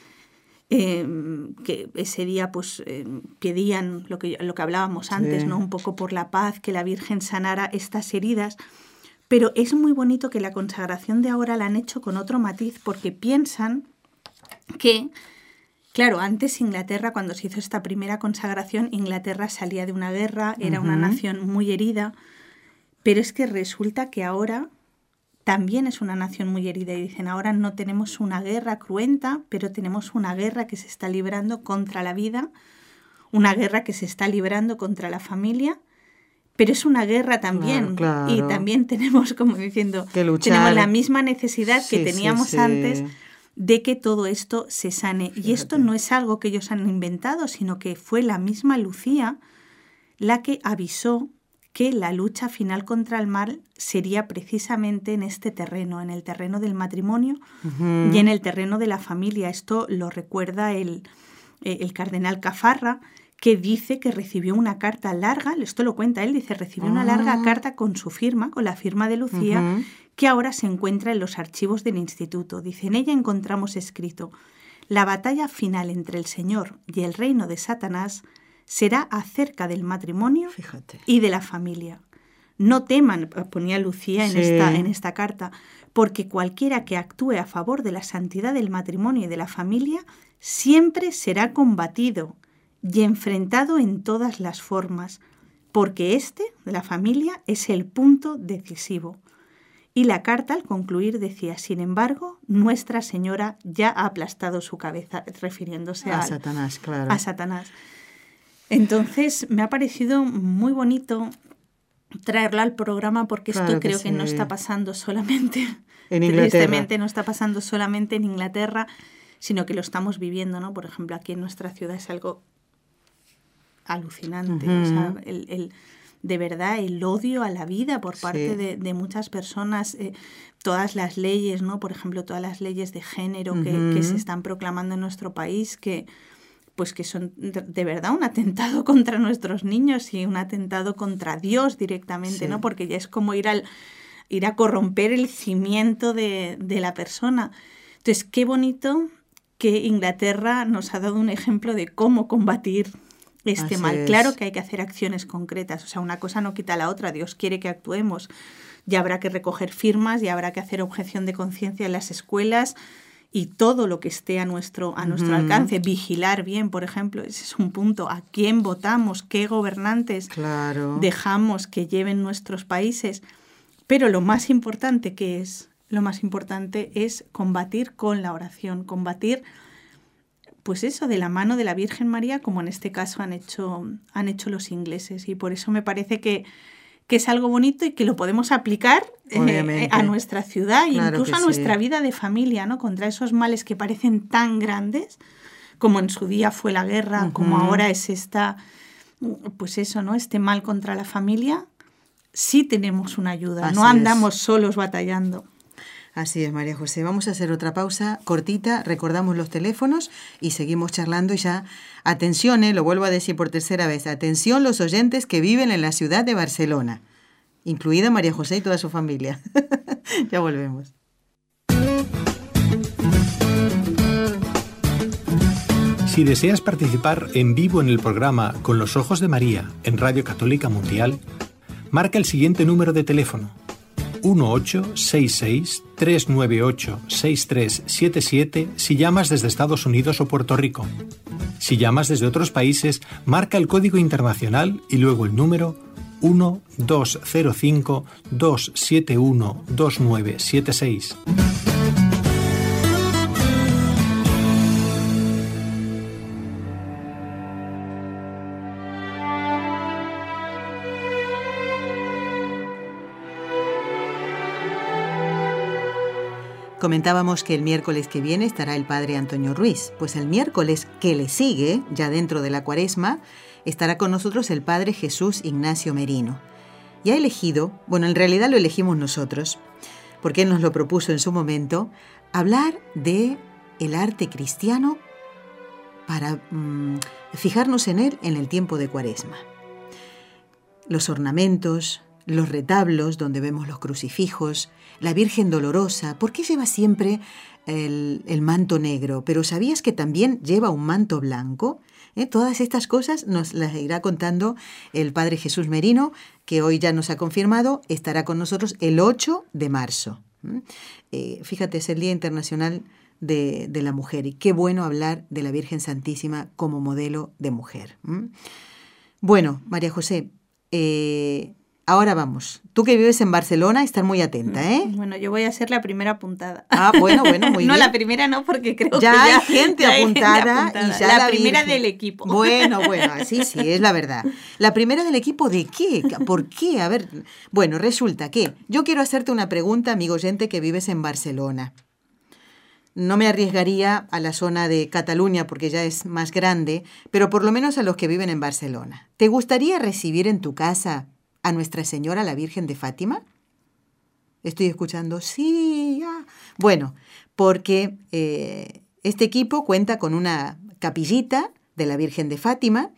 Eh, que ese día pues eh, pedían lo que, lo que hablábamos antes, sí. ¿no? Un poco por la paz, que la Virgen sanara estas heridas, pero es muy bonito que la consagración de ahora la han hecho con otro matiz, porque piensan que, claro, antes Inglaterra, cuando se hizo esta primera consagración, Inglaterra salía de una guerra, era uh-huh. una nación muy herida, pero es que resulta que ahora también es una nación muy herida y dicen, ahora no tenemos una guerra cruenta, pero tenemos una guerra que se está librando contra la vida, una guerra que se está librando contra la familia, pero es una guerra también. Claro, claro. Y también tenemos, como diciendo, que luchar. Tenemos la misma necesidad sí, que teníamos sí, sí. antes de que todo esto se sane. Fíjate. Y esto no es algo que ellos han inventado, sino que fue la misma Lucía la que avisó que la lucha final contra el mal sería precisamente en este terreno, en el terreno del matrimonio uh-huh. y en el terreno de la familia. Esto lo recuerda el, el cardenal Cafarra, que dice que recibió una carta larga, esto lo cuenta él, dice, recibió uh-huh. una larga carta con su firma, con la firma de Lucía, uh-huh. que ahora se encuentra en los archivos del instituto. Dice, en ella encontramos escrito, la batalla final entre el Señor y el reino de Satanás será acerca del matrimonio Fíjate. y de la familia. No teman, ponía Lucía en, sí. esta, en esta carta, porque cualquiera que actúe a favor de la santidad del matrimonio y de la familia siempre será combatido y enfrentado en todas las formas, porque este, de la familia, es el punto decisivo. Y la carta, al concluir, decía, sin embargo, Nuestra Señora ya ha aplastado su cabeza, refiriéndose a al, Satanás, claro. a Satanás. Entonces, me ha parecido muy bonito traerlo al programa porque claro esto que creo sí. que no está pasando solamente, en Inglaterra. Tristemente no está pasando solamente en Inglaterra, sino que lo estamos viviendo, ¿no? Por ejemplo, aquí en nuestra ciudad es algo alucinante, uh-huh. o sea, el, el, de verdad el odio a la vida por parte sí. de, de muchas personas, eh, todas las leyes, ¿no? Por ejemplo, todas las leyes de género uh-huh. que, que se están proclamando en nuestro país, que pues que son de verdad un atentado contra nuestros niños y un atentado contra Dios directamente, sí. ¿no? Porque ya es como ir al ir a corromper el cimiento de, de la persona. Entonces, qué bonito que Inglaterra nos ha dado un ejemplo de cómo combatir este Así mal. Es. Claro que hay que hacer acciones concretas, o sea, una cosa no quita la otra, Dios quiere que actuemos. Ya habrá que recoger firmas, ya habrá que hacer objeción de conciencia en las escuelas, y todo lo que esté a nuestro, a nuestro uh-huh. alcance, vigilar bien, por ejemplo, ese es un punto, a quién votamos, qué gobernantes claro. dejamos que lleven nuestros países, Pero lo más importante que es, lo más importante es combatir con la oración, combatir, pues eso, de la mano de la Virgen María, como en este caso han hecho, han hecho los ingleses. Y por eso me parece que, que es algo bonito y que lo podemos aplicar eh, a nuestra ciudad e claro incluso a nuestra sí. vida de familia, ¿no? Contra esos males que parecen tan grandes, como en su día fue la guerra, uh-huh. como ahora es esta, pues eso, ¿no? Este mal contra la familia. Sí tenemos una ayuda, Así no andamos es. solos batallando. Así es, María José. Vamos a hacer otra pausa cortita, recordamos los teléfonos y seguimos charlando y ya, atención, eh, lo vuelvo a decir por tercera vez, atención los oyentes que viven en la ciudad de Barcelona, incluida María José y toda su familia. Ya volvemos. Si deseas participar en vivo en el programa Con los Ojos de María en Radio Católica Mundial, marca el siguiente número de teléfono: uno ocho seis seis, tres nueve ocho, seis tres siete siete si llamas desde Estados Unidos o Puerto Rico. Si llamas desde otros países, marca el código internacional y luego el número uno dos cero cinco, dos siete uno, dos nueve siete seis. Comentábamos que el miércoles que viene estará el padre Antonio Ruiz, pues el miércoles que le sigue, ya dentro de la Cuaresma, estará con nosotros el padre Jesús Ignacio Merino. Y ha elegido, bueno, en realidad lo elegimos nosotros, porque él nos lo propuso en su momento, hablar de el arte cristiano para mmm, fijarnos en él en el tiempo de Cuaresma. Los ornamentos, los retablos donde vemos los crucifijos, la Virgen Dolorosa. ¿Por qué lleva siempre el, el manto negro? Pero ¿sabías que también lleva un manto blanco? ¿Eh? Todas estas cosas nos las irá contando el padre Jesús Merino, que hoy ya nos ha confirmado, estará con nosotros el ocho de marzo. ¿Mm? Eh, fíjate, es el Día Internacional de, de la Mujer y qué bueno hablar de la Virgen Santísima como modelo de mujer. ¿Mm? Bueno, María José, eh, ahora vamos. Tú que vives en Barcelona, estar muy atenta, ¿eh? Bueno, yo voy a ser la primera apuntada. Ah, bueno, bueno, muy no, bien. No, la primera no, porque creo ya que ya hay gente ya apuntada. Hay gente apuntada. Y ya la, la primera Virgen. Del equipo. Bueno, bueno, sí, sí, es la verdad. ¿La primera del equipo de qué? ¿Por qué? A ver, bueno, resulta que yo quiero hacerte una pregunta, amigo oyente que vives en Barcelona. No me arriesgaría a la zona de Cataluña porque ya es más grande, pero por lo menos a los que viven en Barcelona. ¿Te gustaría recibir en tu casa a Nuestra Señora la Virgen de Fátima? Estoy escuchando, sí, ah. Bueno, porque eh, este equipo cuenta con una capillita de la Virgen de Fátima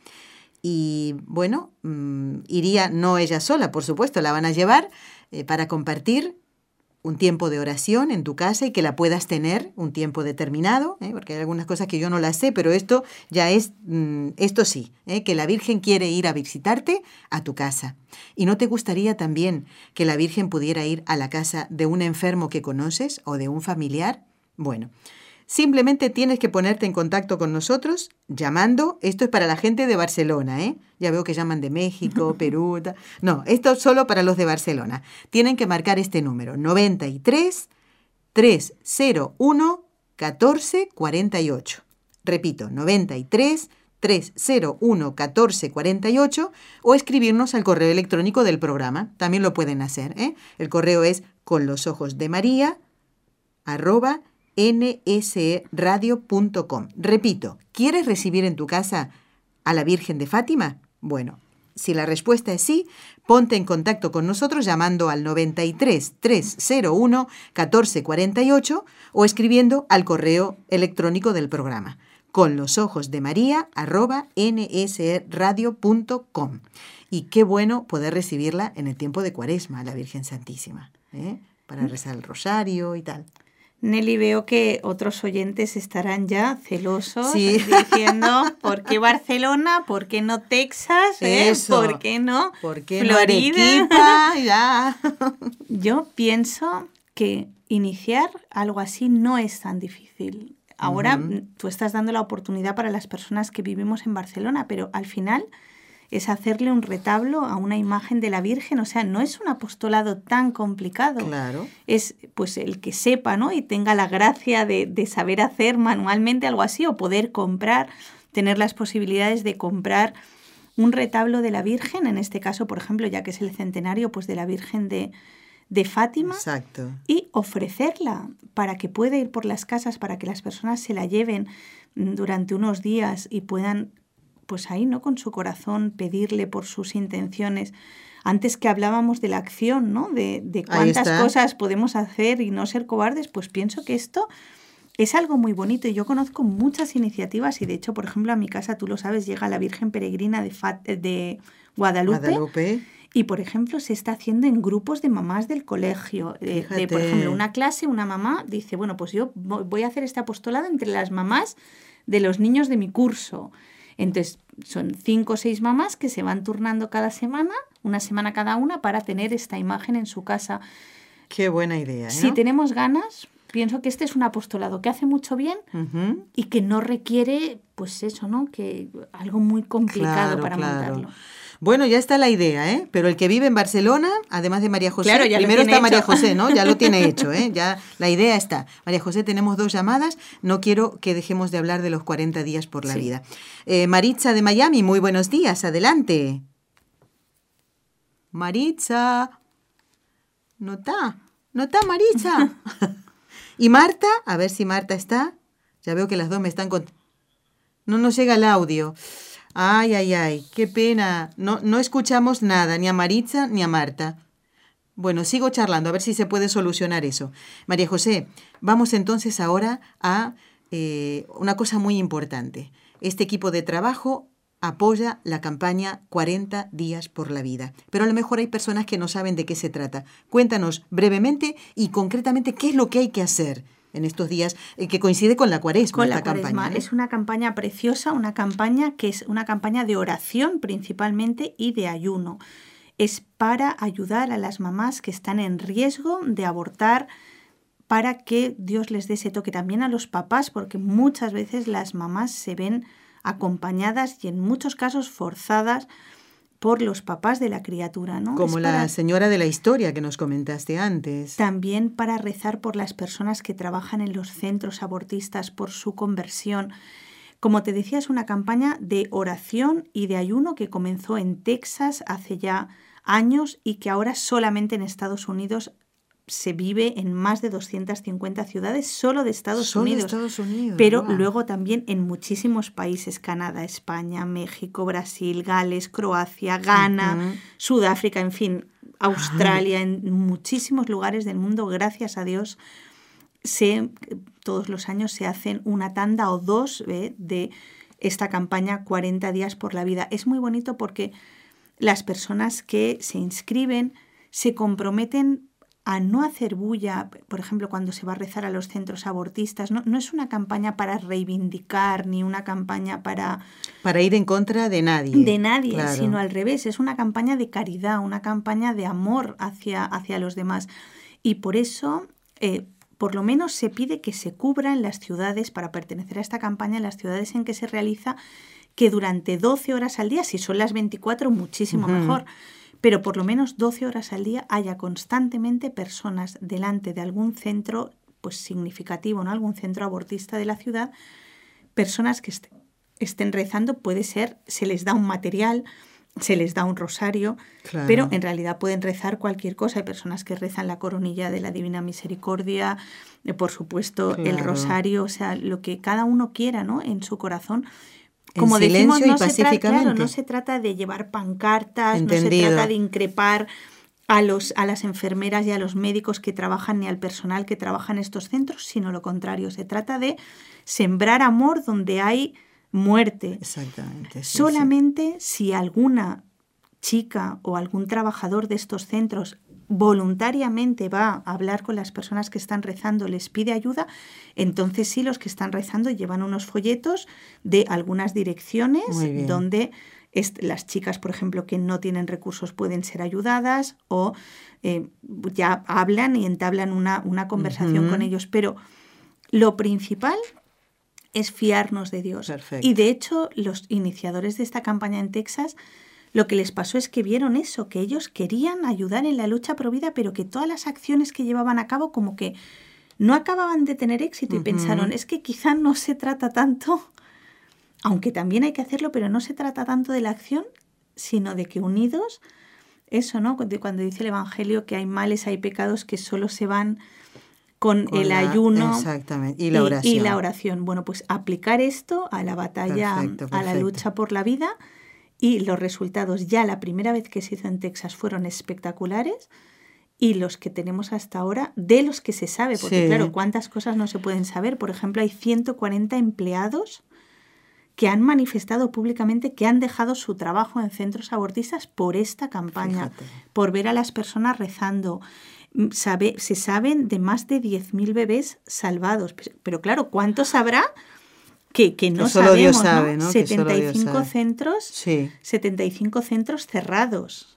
y, bueno, mmm, iría, no ella sola, por supuesto, la van a llevar eh, para compartir un tiempo de oración en tu casa y que la puedas tener un tiempo determinado, ¿eh? Porque hay algunas cosas que yo no las sé, pero esto ya es, mmm, esto sí, ¿eh? Que la Virgen quiere ir a visitarte a tu casa. ¿Y no te gustaría también que la Virgen pudiera ir a la casa de un enfermo que conoces o de un familiar? Bueno, simplemente tienes que ponerte en contacto con nosotros llamando. Esto es para la gente de Barcelona, ¿eh? Ya veo que llaman de México, Perú. Ta... No, esto es solo para los de Barcelona. Tienen que marcar este número, noventa y tres, trescientos uno, catorce cuarenta y ocho. Repito, noventa y tres, trescientos uno, catorce cuarenta y ocho o escribirnos al correo electrónico del programa. También lo pueden hacer, ¿eh? El correo es con los ojos de María, arroba, n s e radio punto com. Repito, ¿quieres recibir en tu casa a la Virgen de Fátima? Bueno, si la respuesta es sí, ponte en contacto con nosotros llamando al noventa y tres, trescientos uno, catorce cuarenta y ocho o escribiendo al correo electrónico del programa con los ojos de María arroba n s e radio punto com. Y qué bueno poder recibirla en el tiempo de Cuaresma, la Virgen Santísima, ¿eh? Para rezar el rosario y tal. Nelly, veo que otros oyentes estarán ya celosos, sí. diciendo ¿por qué Barcelona? ¿Por qué no Texas? ¿Eh? Eso. ¿Por qué no ¿Por qué Florida? No Arequipa? Ya. Yo pienso que iniciar algo así no es tan difícil. Ahora uh-huh. tú estás dando la oportunidad para las personas que vivimos en Barcelona, pero al final es hacerle un retablo a una imagen de la Virgen. O sea, no es un apostolado tan complicado. Claro. Es pues el que sepa, ¿no? Y tenga la gracia de, de saber hacer manualmente algo así, o poder comprar, tener las posibilidades de comprar un retablo de la Virgen, en este caso, por ejemplo, ya que es el centenario, pues de la Virgen de, de Fátima. Exacto. Y ofrecerla para que pueda ir por las casas, para que las personas se la lleven durante unos días y puedan, pues ahí, ¿no? Con su corazón pedirle por sus intenciones. Antes que hablábamos de la acción, ¿no? De, de cuántas cosas podemos hacer y no ser cobardes, pues pienso que esto es algo muy bonito. Y yo conozco muchas iniciativas y, de hecho, por ejemplo, a mi casa, tú lo sabes, llega la Virgen Peregrina de, Fat- de Guadalupe, Guadalupe. Y, por ejemplo, se está haciendo en grupos de mamás del colegio. De, de, por ejemplo, una clase, una mamá dice, bueno, pues yo voy a hacer este apostolado entre las mamás de los niños de mi curso. Entonces, son cinco o seis mamás que se van turnando cada semana, una semana cada una, para tener esta imagen en su casa. Qué buena idea, ¿no? Si tenemos ganas, pienso que este es un apostolado que hace mucho bien uh-huh. y que no requiere, pues eso, ¿no? Que algo muy complicado claro, para claro. montarlo. Bueno, ya está la idea, ¿eh? Pero el que vive en Barcelona, además de María José, claro, ya primero está hecho. María José, ¿no? Ya lo tiene hecho, ¿eh? Ya la idea está. María José, tenemos dos llamadas. No quiero que dejemos de hablar de los cuarenta días por la sí. vida. Eh, Maritza de Miami, muy buenos días. Adelante. Maritza. ¿No está? ¿No está Maritza? ¿Y Marta? A ver si Marta está. Ya veo que las dos me están... Cont- no nos llega el audio. Ay, ay, ay, qué pena. No, no escuchamos nada, ni a Maritza ni a Marta. Bueno, sigo charlando, a ver si se puede solucionar eso. María José, vamos entonces ahora a eh, una cosa muy importante. Este equipo de trabajo apoya la campaña cuarenta días por la vida. Pero a lo mejor hay personas que no saben de qué se trata. Cuéntanos brevemente y concretamente qué es lo que hay que hacer en estos días, eh, que coincide con la Cuaresma. Con la esta Cuaresma. Campaña, ¿no? Es una campaña preciosa, una campaña que es una campaña de oración principalmente y de ayuno. Es para ayudar a las mamás que están en riesgo de abortar, para que Dios les dé ese toque. También a los papás, porque muchas veces las mamás se ven acompañadas y en muchos casos forzadas por los papás de la criatura, ¿no? Como es la para, señora de la historia que nos comentaste antes. También para rezar por las personas que trabajan en los centros abortistas, por su conversión. Como te decía, es una campaña de oración y de ayuno que comenzó en Texas hace ya años y que ahora solamente en Estados Unidos se vive en más de doscientas cincuenta ciudades solo de Estados solo Unidos. De Estados Unidos. Pero wow. luego también en muchísimos países, Canadá, España, México, Brasil, Gales, Croacia, Ghana, uh-huh. Sudáfrica, en fin, Australia, Ay. en muchísimos lugares del mundo, gracias a Dios, se, todos los años se hacen una tanda o dos ¿eh? de esta campaña cuarenta días por la vida. Es muy bonito porque las personas que se inscriben se comprometen a no hacer bulla, por ejemplo, cuando se va a rezar a los centros abortistas. No, no es una campaña para reivindicar, ni una campaña para... Para ir en contra de nadie. De nadie, claro. Sino al revés. Es una campaña de caridad, una campaña de amor hacia, hacia los demás. Y por eso, eh, por lo menos se pide que se cubra en las ciudades, para pertenecer a esta campaña, en las ciudades en que se realiza, que durante doce horas al día, si son las veinticuatro, muchísimo uh-huh. mejor, pero por lo menos doce horas al día haya constantemente personas delante de algún centro pues significativo, ¿no? Algún centro abortista de la ciudad, personas que est- estén rezando. Puede ser, se les da un material, se les da un rosario, claro. pero en realidad pueden rezar cualquier cosa. Hay personas que rezan la coronilla de la Divina Misericordia, eh, por supuesto claro. el rosario, o sea, lo que cada uno quiera, ¿no? En su corazón. Como en silencio decimos, no y pacíficamente. Se tra- claro, no se trata de llevar pancartas, Entendido. No se trata de increpar a, los, a las enfermeras y a los médicos que trabajan ni al personal que trabaja en estos centros, sino lo contrario. Se trata de sembrar amor donde hay muerte. Exactamente. Sí, Solamente sí. si alguna chica o algún trabajador de estos centros voluntariamente va a hablar con las personas que están rezando, les pide ayuda, entonces sí, los que están rezando llevan unos folletos de algunas direcciones donde est- las chicas, por ejemplo, que no tienen recursos pueden ser ayudadas o eh, ya hablan y entablan una, una conversación uh-huh. con ellos. Pero lo principal es fiarnos de Dios. Perfecto. Y de hecho, los iniciadores de esta campaña en Texas lo que les pasó es que vieron eso, que ellos querían ayudar en la lucha pro vida, pero que todas las acciones que llevaban a cabo como que no acababan de tener éxito. Uh-huh. Y pensaron, es que quizá no se trata tanto, aunque también hay que hacerlo, pero no se trata tanto de la acción, sino de que unidos, eso, ¿no? Cuando dice el Evangelio que hay males, hay pecados que solo se van con, con el la, ayuno exactamente. Y, la oración. Y, y la oración. Bueno, pues aplicar esto a la batalla, perfecto, perfecto. a la lucha por la vida, y los resultados ya la primera vez que se hizo en Texas fueron espectaculares, y los que tenemos hasta ahora, de los que se sabe, porque sí. claro, cuántas cosas no se pueden saber. Por ejemplo, hay ciento cuarenta empleados que han manifestado públicamente que han dejado su trabajo en centros abortistas por esta campaña, Fíjate. por ver a las personas rezando. Sabe, se saben de más de diez mil bebés salvados, pero claro, ¿cuántos habrá que, que no que solo sabemos? Dios sabe, ¿no? ¿no? setenta y cinco centros, sí. setenta y cinco centros cerrados,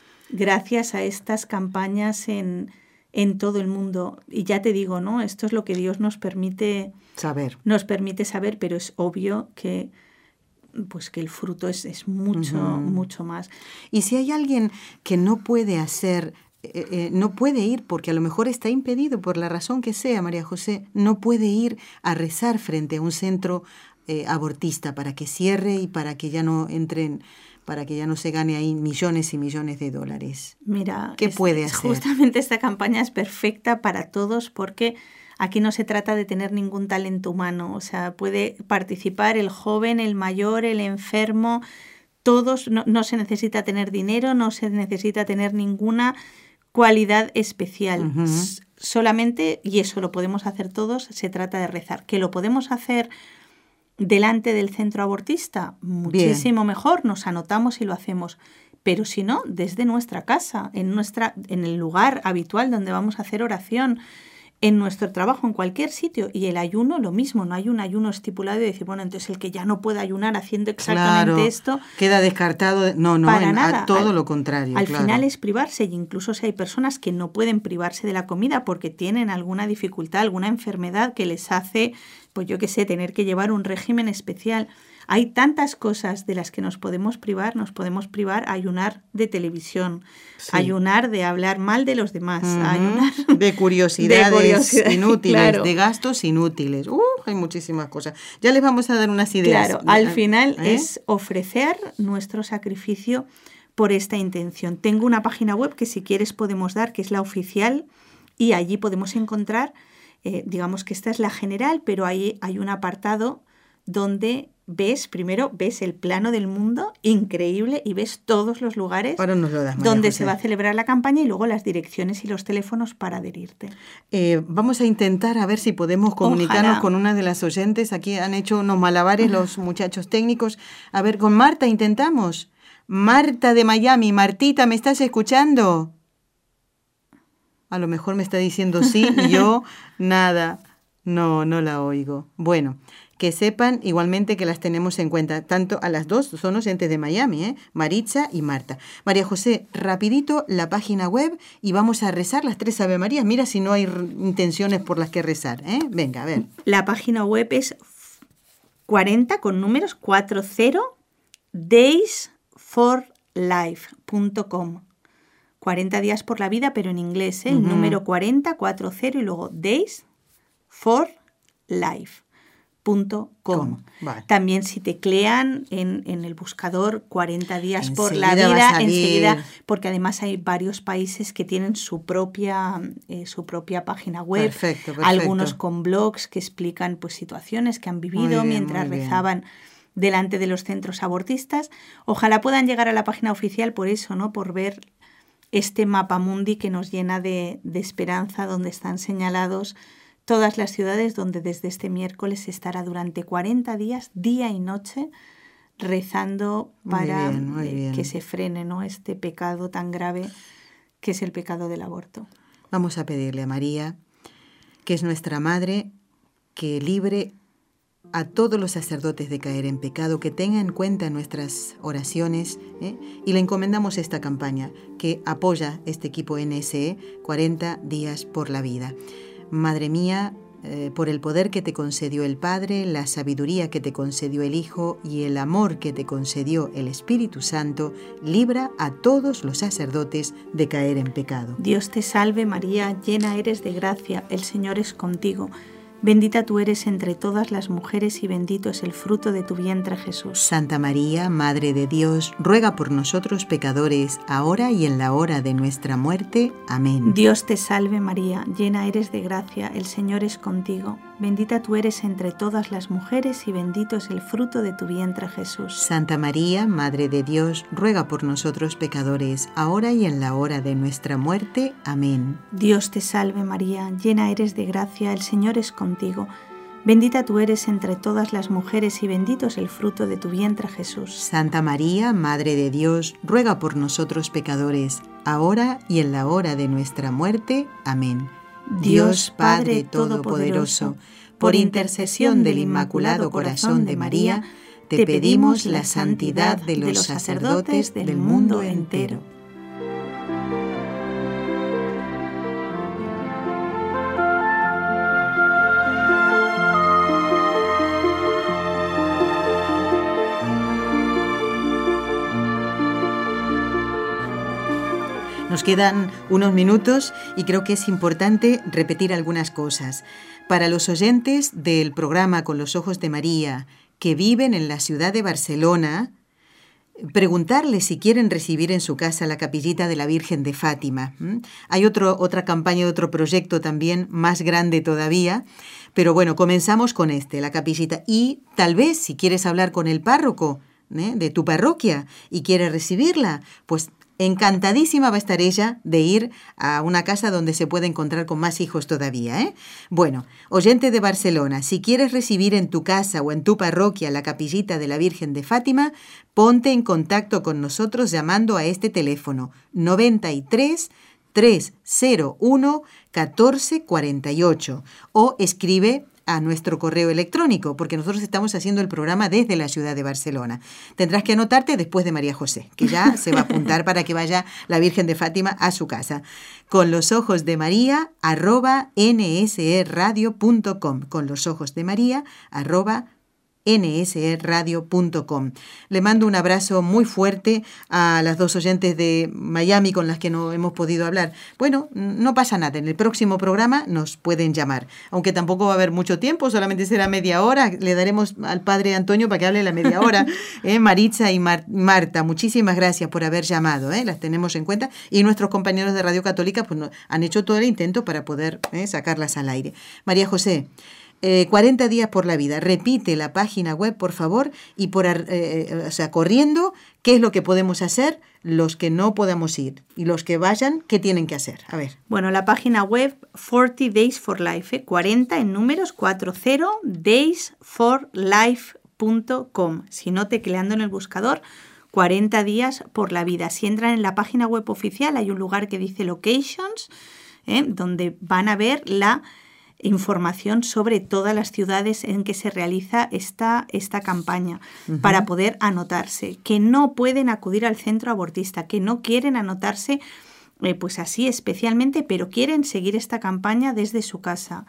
gracias a estas campañas en, en todo el mundo. Y ya te digo, ¿no? Esto es lo que Dios nos permite saber. Nos permite saber, pero es obvio que pues que el fruto es, es mucho, uh-huh. mucho más. Y si hay alguien que no puede hacer, eh, eh, no puede ir porque a lo mejor está impedido por la razón que sea, María José, no puede ir a rezar frente a un centro eh, abortista para que cierre y para que ya no entren, para que ya no se gane ahí millones y millones de dólares. Mira, ¿qué es, puede es hacer? Justamente esta campaña es perfecta para todos porque aquí no se trata de tener ningún talento humano, o sea, puede participar el joven, el mayor, el enfermo, todos, no, no se necesita tener dinero, no se necesita tener ninguna cualidad especial. Uh-huh. S- solamente, y eso lo podemos hacer todos, se trata de rezar. ¿Que lo podemos hacer delante del centro abortista? Muchísimo Bien. mejor, nos anotamos y lo hacemos. Pero si no, desde nuestra casa, en, nuestra, en el lugar habitual donde vamos a hacer oración, en nuestro trabajo, en cualquier sitio. Y el ayuno, lo mismo, no hay un ayuno estipulado de decir, bueno, entonces el que ya no puede ayunar haciendo exactamente claro, esto... queda descartado. No, no, para en, nada. A todo al, lo contrario. Al claro. final es privarse, y incluso si hay personas que no pueden privarse de la comida porque tienen alguna dificultad, alguna enfermedad que les hace, pues yo qué sé, tener que llevar un régimen especial. Hay tantas cosas de las que nos podemos privar, nos podemos privar a ayunar de televisión, sí. ayunar de hablar mal de los demás, uh-huh. ayunar de curiosidades de curiosidad, inútiles, claro. de gastos inútiles. Uh, hay muchísimas cosas. Ya les vamos a dar unas ideas. Claro, al final ¿Eh? es ofrecer nuestro sacrificio por esta intención. Tengo una página web que si quieres podemos dar, que es la oficial, y allí podemos encontrar, eh, digamos que esta es la general, pero ahí hay un apartado donde ves, primero ves el plano del mundo increíble y ves todos los lugares Ahora nos lo das, María donde José. se va a celebrar la campaña y luego las direcciones y los teléfonos para adherirte. Eh, vamos a intentar a ver si podemos comunicarnos Ojalá. con una de las oyentes. Aquí han hecho unos malabares los muchachos técnicos. A ver, con Marta intentamos. Marta de Miami. Martita, ¿me estás escuchando? A lo mejor me está diciendo sí y yo nada. No, no la oigo. Bueno, que sepan igualmente que las tenemos en cuenta, tanto a las dos, son oyentes de Miami, ¿eh? Maritza y Marta. María José, rapidito la página web y vamos a rezar las tres Ave Marías. Mira si no hay intenciones por las que rezar, ¿eh? Venga, a ver. La página web es cuarenta con números cuarenta days for life punto com. cuarenta días por la vida, pero en inglés, ¿eh? El uh-huh. número cuarenta, cuarenta y luego days for life punto com. Vale. También si teclean en, en el buscador cuarenta días enseguida por la vida, enseguida, porque además hay varios países que tienen su propia, eh, su propia página web, perfecto, perfecto. Algunos con blogs que explican pues situaciones que han vivido bien, mientras rezaban delante de los centros abortistas. Ojalá puedan llegar a la página oficial por eso, ¿no? Por ver este mapamundi que nos llena de, de esperanza, donde están señalados todas las ciudades donde desde este miércoles se estará durante cuarenta días, día y noche, rezando para muy bien, muy bien. que se frene, ¿no? este pecado tan grave que es el pecado del aborto. Vamos a pedirle a María, que es nuestra madre, que libre a todos los sacerdotes de caer en pecado, que tenga en cuenta nuestras oraciones, ¿eh? y le encomendamos esta campaña que apoya este equipo N S E, cuarenta días por la vida. Madre mía, eh, por el poder que te concedió el Padre, la sabiduría que te concedió el Hijo y el amor que te concedió el Espíritu Santo, libra a todos los sacerdotes de caer en pecado. Dios te salve María, llena eres de gracia, el Señor es contigo. Bendita tú eres entre todas las mujeres y bendito es el fruto de tu vientre Jesús. Santa María, Madre de Dios, ruega por nosotros pecadores, ahora y en la hora de nuestra muerte. Amén. Dios te salve María, llena eres de gracia, el Señor es contigo. Bendita tú eres entre todas las mujeres y bendito es el fruto de tu vientre Jesús. Santa María, Madre de Dios, ruega por nosotros pecadores, ahora y en la hora de nuestra muerte. Amén. Dios te salve María, llena eres de gracia, el Señor es contigo. Contigo. Bendita tú eres entre todas las mujeres y bendito es el fruto de tu vientre Jesús. Santa María, Madre de Dios, ruega por nosotros pecadores, ahora y en la hora de nuestra muerte. Amén. Dios Padre Todopoderoso, por intercesión del Inmaculado Corazón de María, te pedimos la santidad de los sacerdotes del mundo entero. Nos quedan unos minutos y creo que es importante repetir algunas cosas. Para los oyentes del programa Con los Ojos de María que viven en la ciudad de Barcelona, preguntarles si quieren recibir en su casa la capillita de la Virgen de Fátima. ¿Mm? Hay otro, otra campaña, otro proyecto también más grande todavía, pero bueno, comenzamos con este, la capillita. Y tal vez si quieres hablar con el párroco, ¿eh?, de tu parroquia y quieres recibirla, pues encantadísima va a estar ella de ir a una casa donde se puede encontrar con más hijos todavía, ¿eh? Bueno, oyente de Barcelona, si quieres recibir en tu casa o en tu parroquia la capillita de la Virgen de Fátima, ponte en contacto con nosotros llamando a este teléfono noventa y tres, trescientos uno, catorce cuarenta y ocho o escribe a nuestro correo electrónico, porque nosotros estamos haciendo el programa desde la ciudad de Barcelona. Tendrás que anotarte después de María José, que ya se va a apuntar para que vaya la Virgen de Fátima a su casa. Con los ojos de María, arroba nsradio punto com. Con los ojos de María, arroba nsradio punto com. Le mando un abrazo muy fuerte a las dos oyentes de Miami con las que no hemos podido hablar. Bueno, no pasa nada, en el próximo programa nos pueden llamar, aunque tampoco va a haber mucho tiempo, solamente será media hora. Le daremos al padre Antonio para que hable la media hora. ¿eh? Maritza y Mar- Marta, muchísimas gracias por haber llamado, ¿eh? Las tenemos en cuenta, y nuestros compañeros de Radio Católica pues, no, han hecho todo el intento para poder ¿eh? sacarlas al aire. María José, Eh, cuarenta días por la vida. Repite la página web, por favor, y por, eh, o sea, corriendo, ¿qué es lo que podemos hacer los que no podamos ir? Y los que vayan, ¿qué tienen que hacer? A ver. Bueno, la página web cuarenta Days for Life, ¿eh? cuarenta en números, cuarenta days for life punto com. Si no, tecleando en el buscador, cuarenta días por la vida. Si entran en la página web oficial, hay un lugar que dice Locations, ¿eh? donde van a ver la información sobre todas las ciudades en que se realiza esta, esta campaña, uh-huh. para poder anotarse, que no pueden acudir al centro abortista, que no quieren anotarse eh, pues así especialmente, pero quieren seguir esta campaña desde su casa.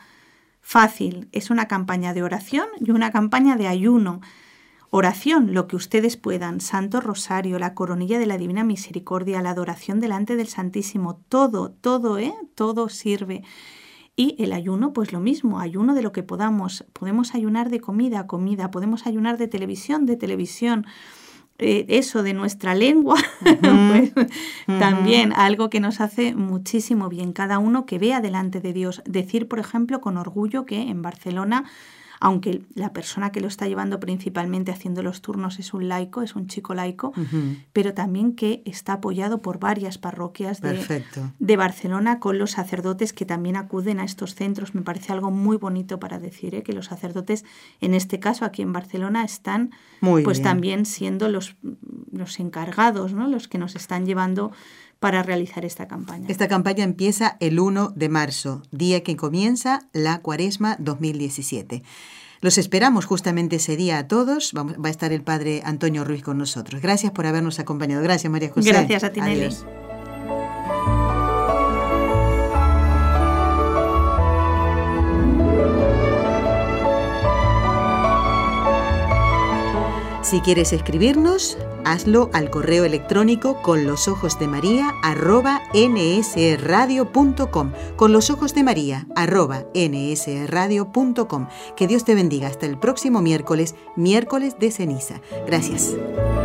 Fácil, es una campaña de oración y una campaña de ayuno. Oración, lo que ustedes puedan, Santo Rosario, la coronilla de la Divina Misericordia, la adoración delante del Santísimo, todo, todo, ¿eh? Todo sirve. Y el ayuno, pues lo mismo, ayuno de lo que podamos. Podemos ayunar de comida a comida, podemos ayunar de televisión, de televisión. Eh, eso de nuestra lengua, uh-huh. pues, uh-huh. también algo que nos hace muchísimo bien. Cada uno que vea delante de Dios. Decir, por ejemplo, con orgullo que en Barcelona, aunque la persona que lo está llevando principalmente haciendo los turnos es un laico, es un chico laico, uh-huh. pero también que está apoyado por varias parroquias de, de Barcelona con los sacerdotes que también acuden a estos centros. Me parece algo muy bonito para decir, ¿eh? que los sacerdotes, en este caso aquí en Barcelona, están muy pues bien. También siendo los, los encargados, ¿no? Los que nos están llevando para realizar esta campaña. Esta campaña empieza el primero de marzo, día que comienza la Cuaresma dos mil diecisiete. Los esperamos justamente ese día a todos. Vamos, va a estar el padre Antonio Ruiz con nosotros. Gracias por habernos acompañado. Gracias, María José. Gracias a ti, Nelly. Adiós. Si quieres escribirnos, hazlo al correo electrónico con los ojos de María arroba nsradio punto com, con los ojos de María arroba nsradio punto com. Que Dios te bendiga hasta el próximo miércoles, miércoles de ceniza. Gracias.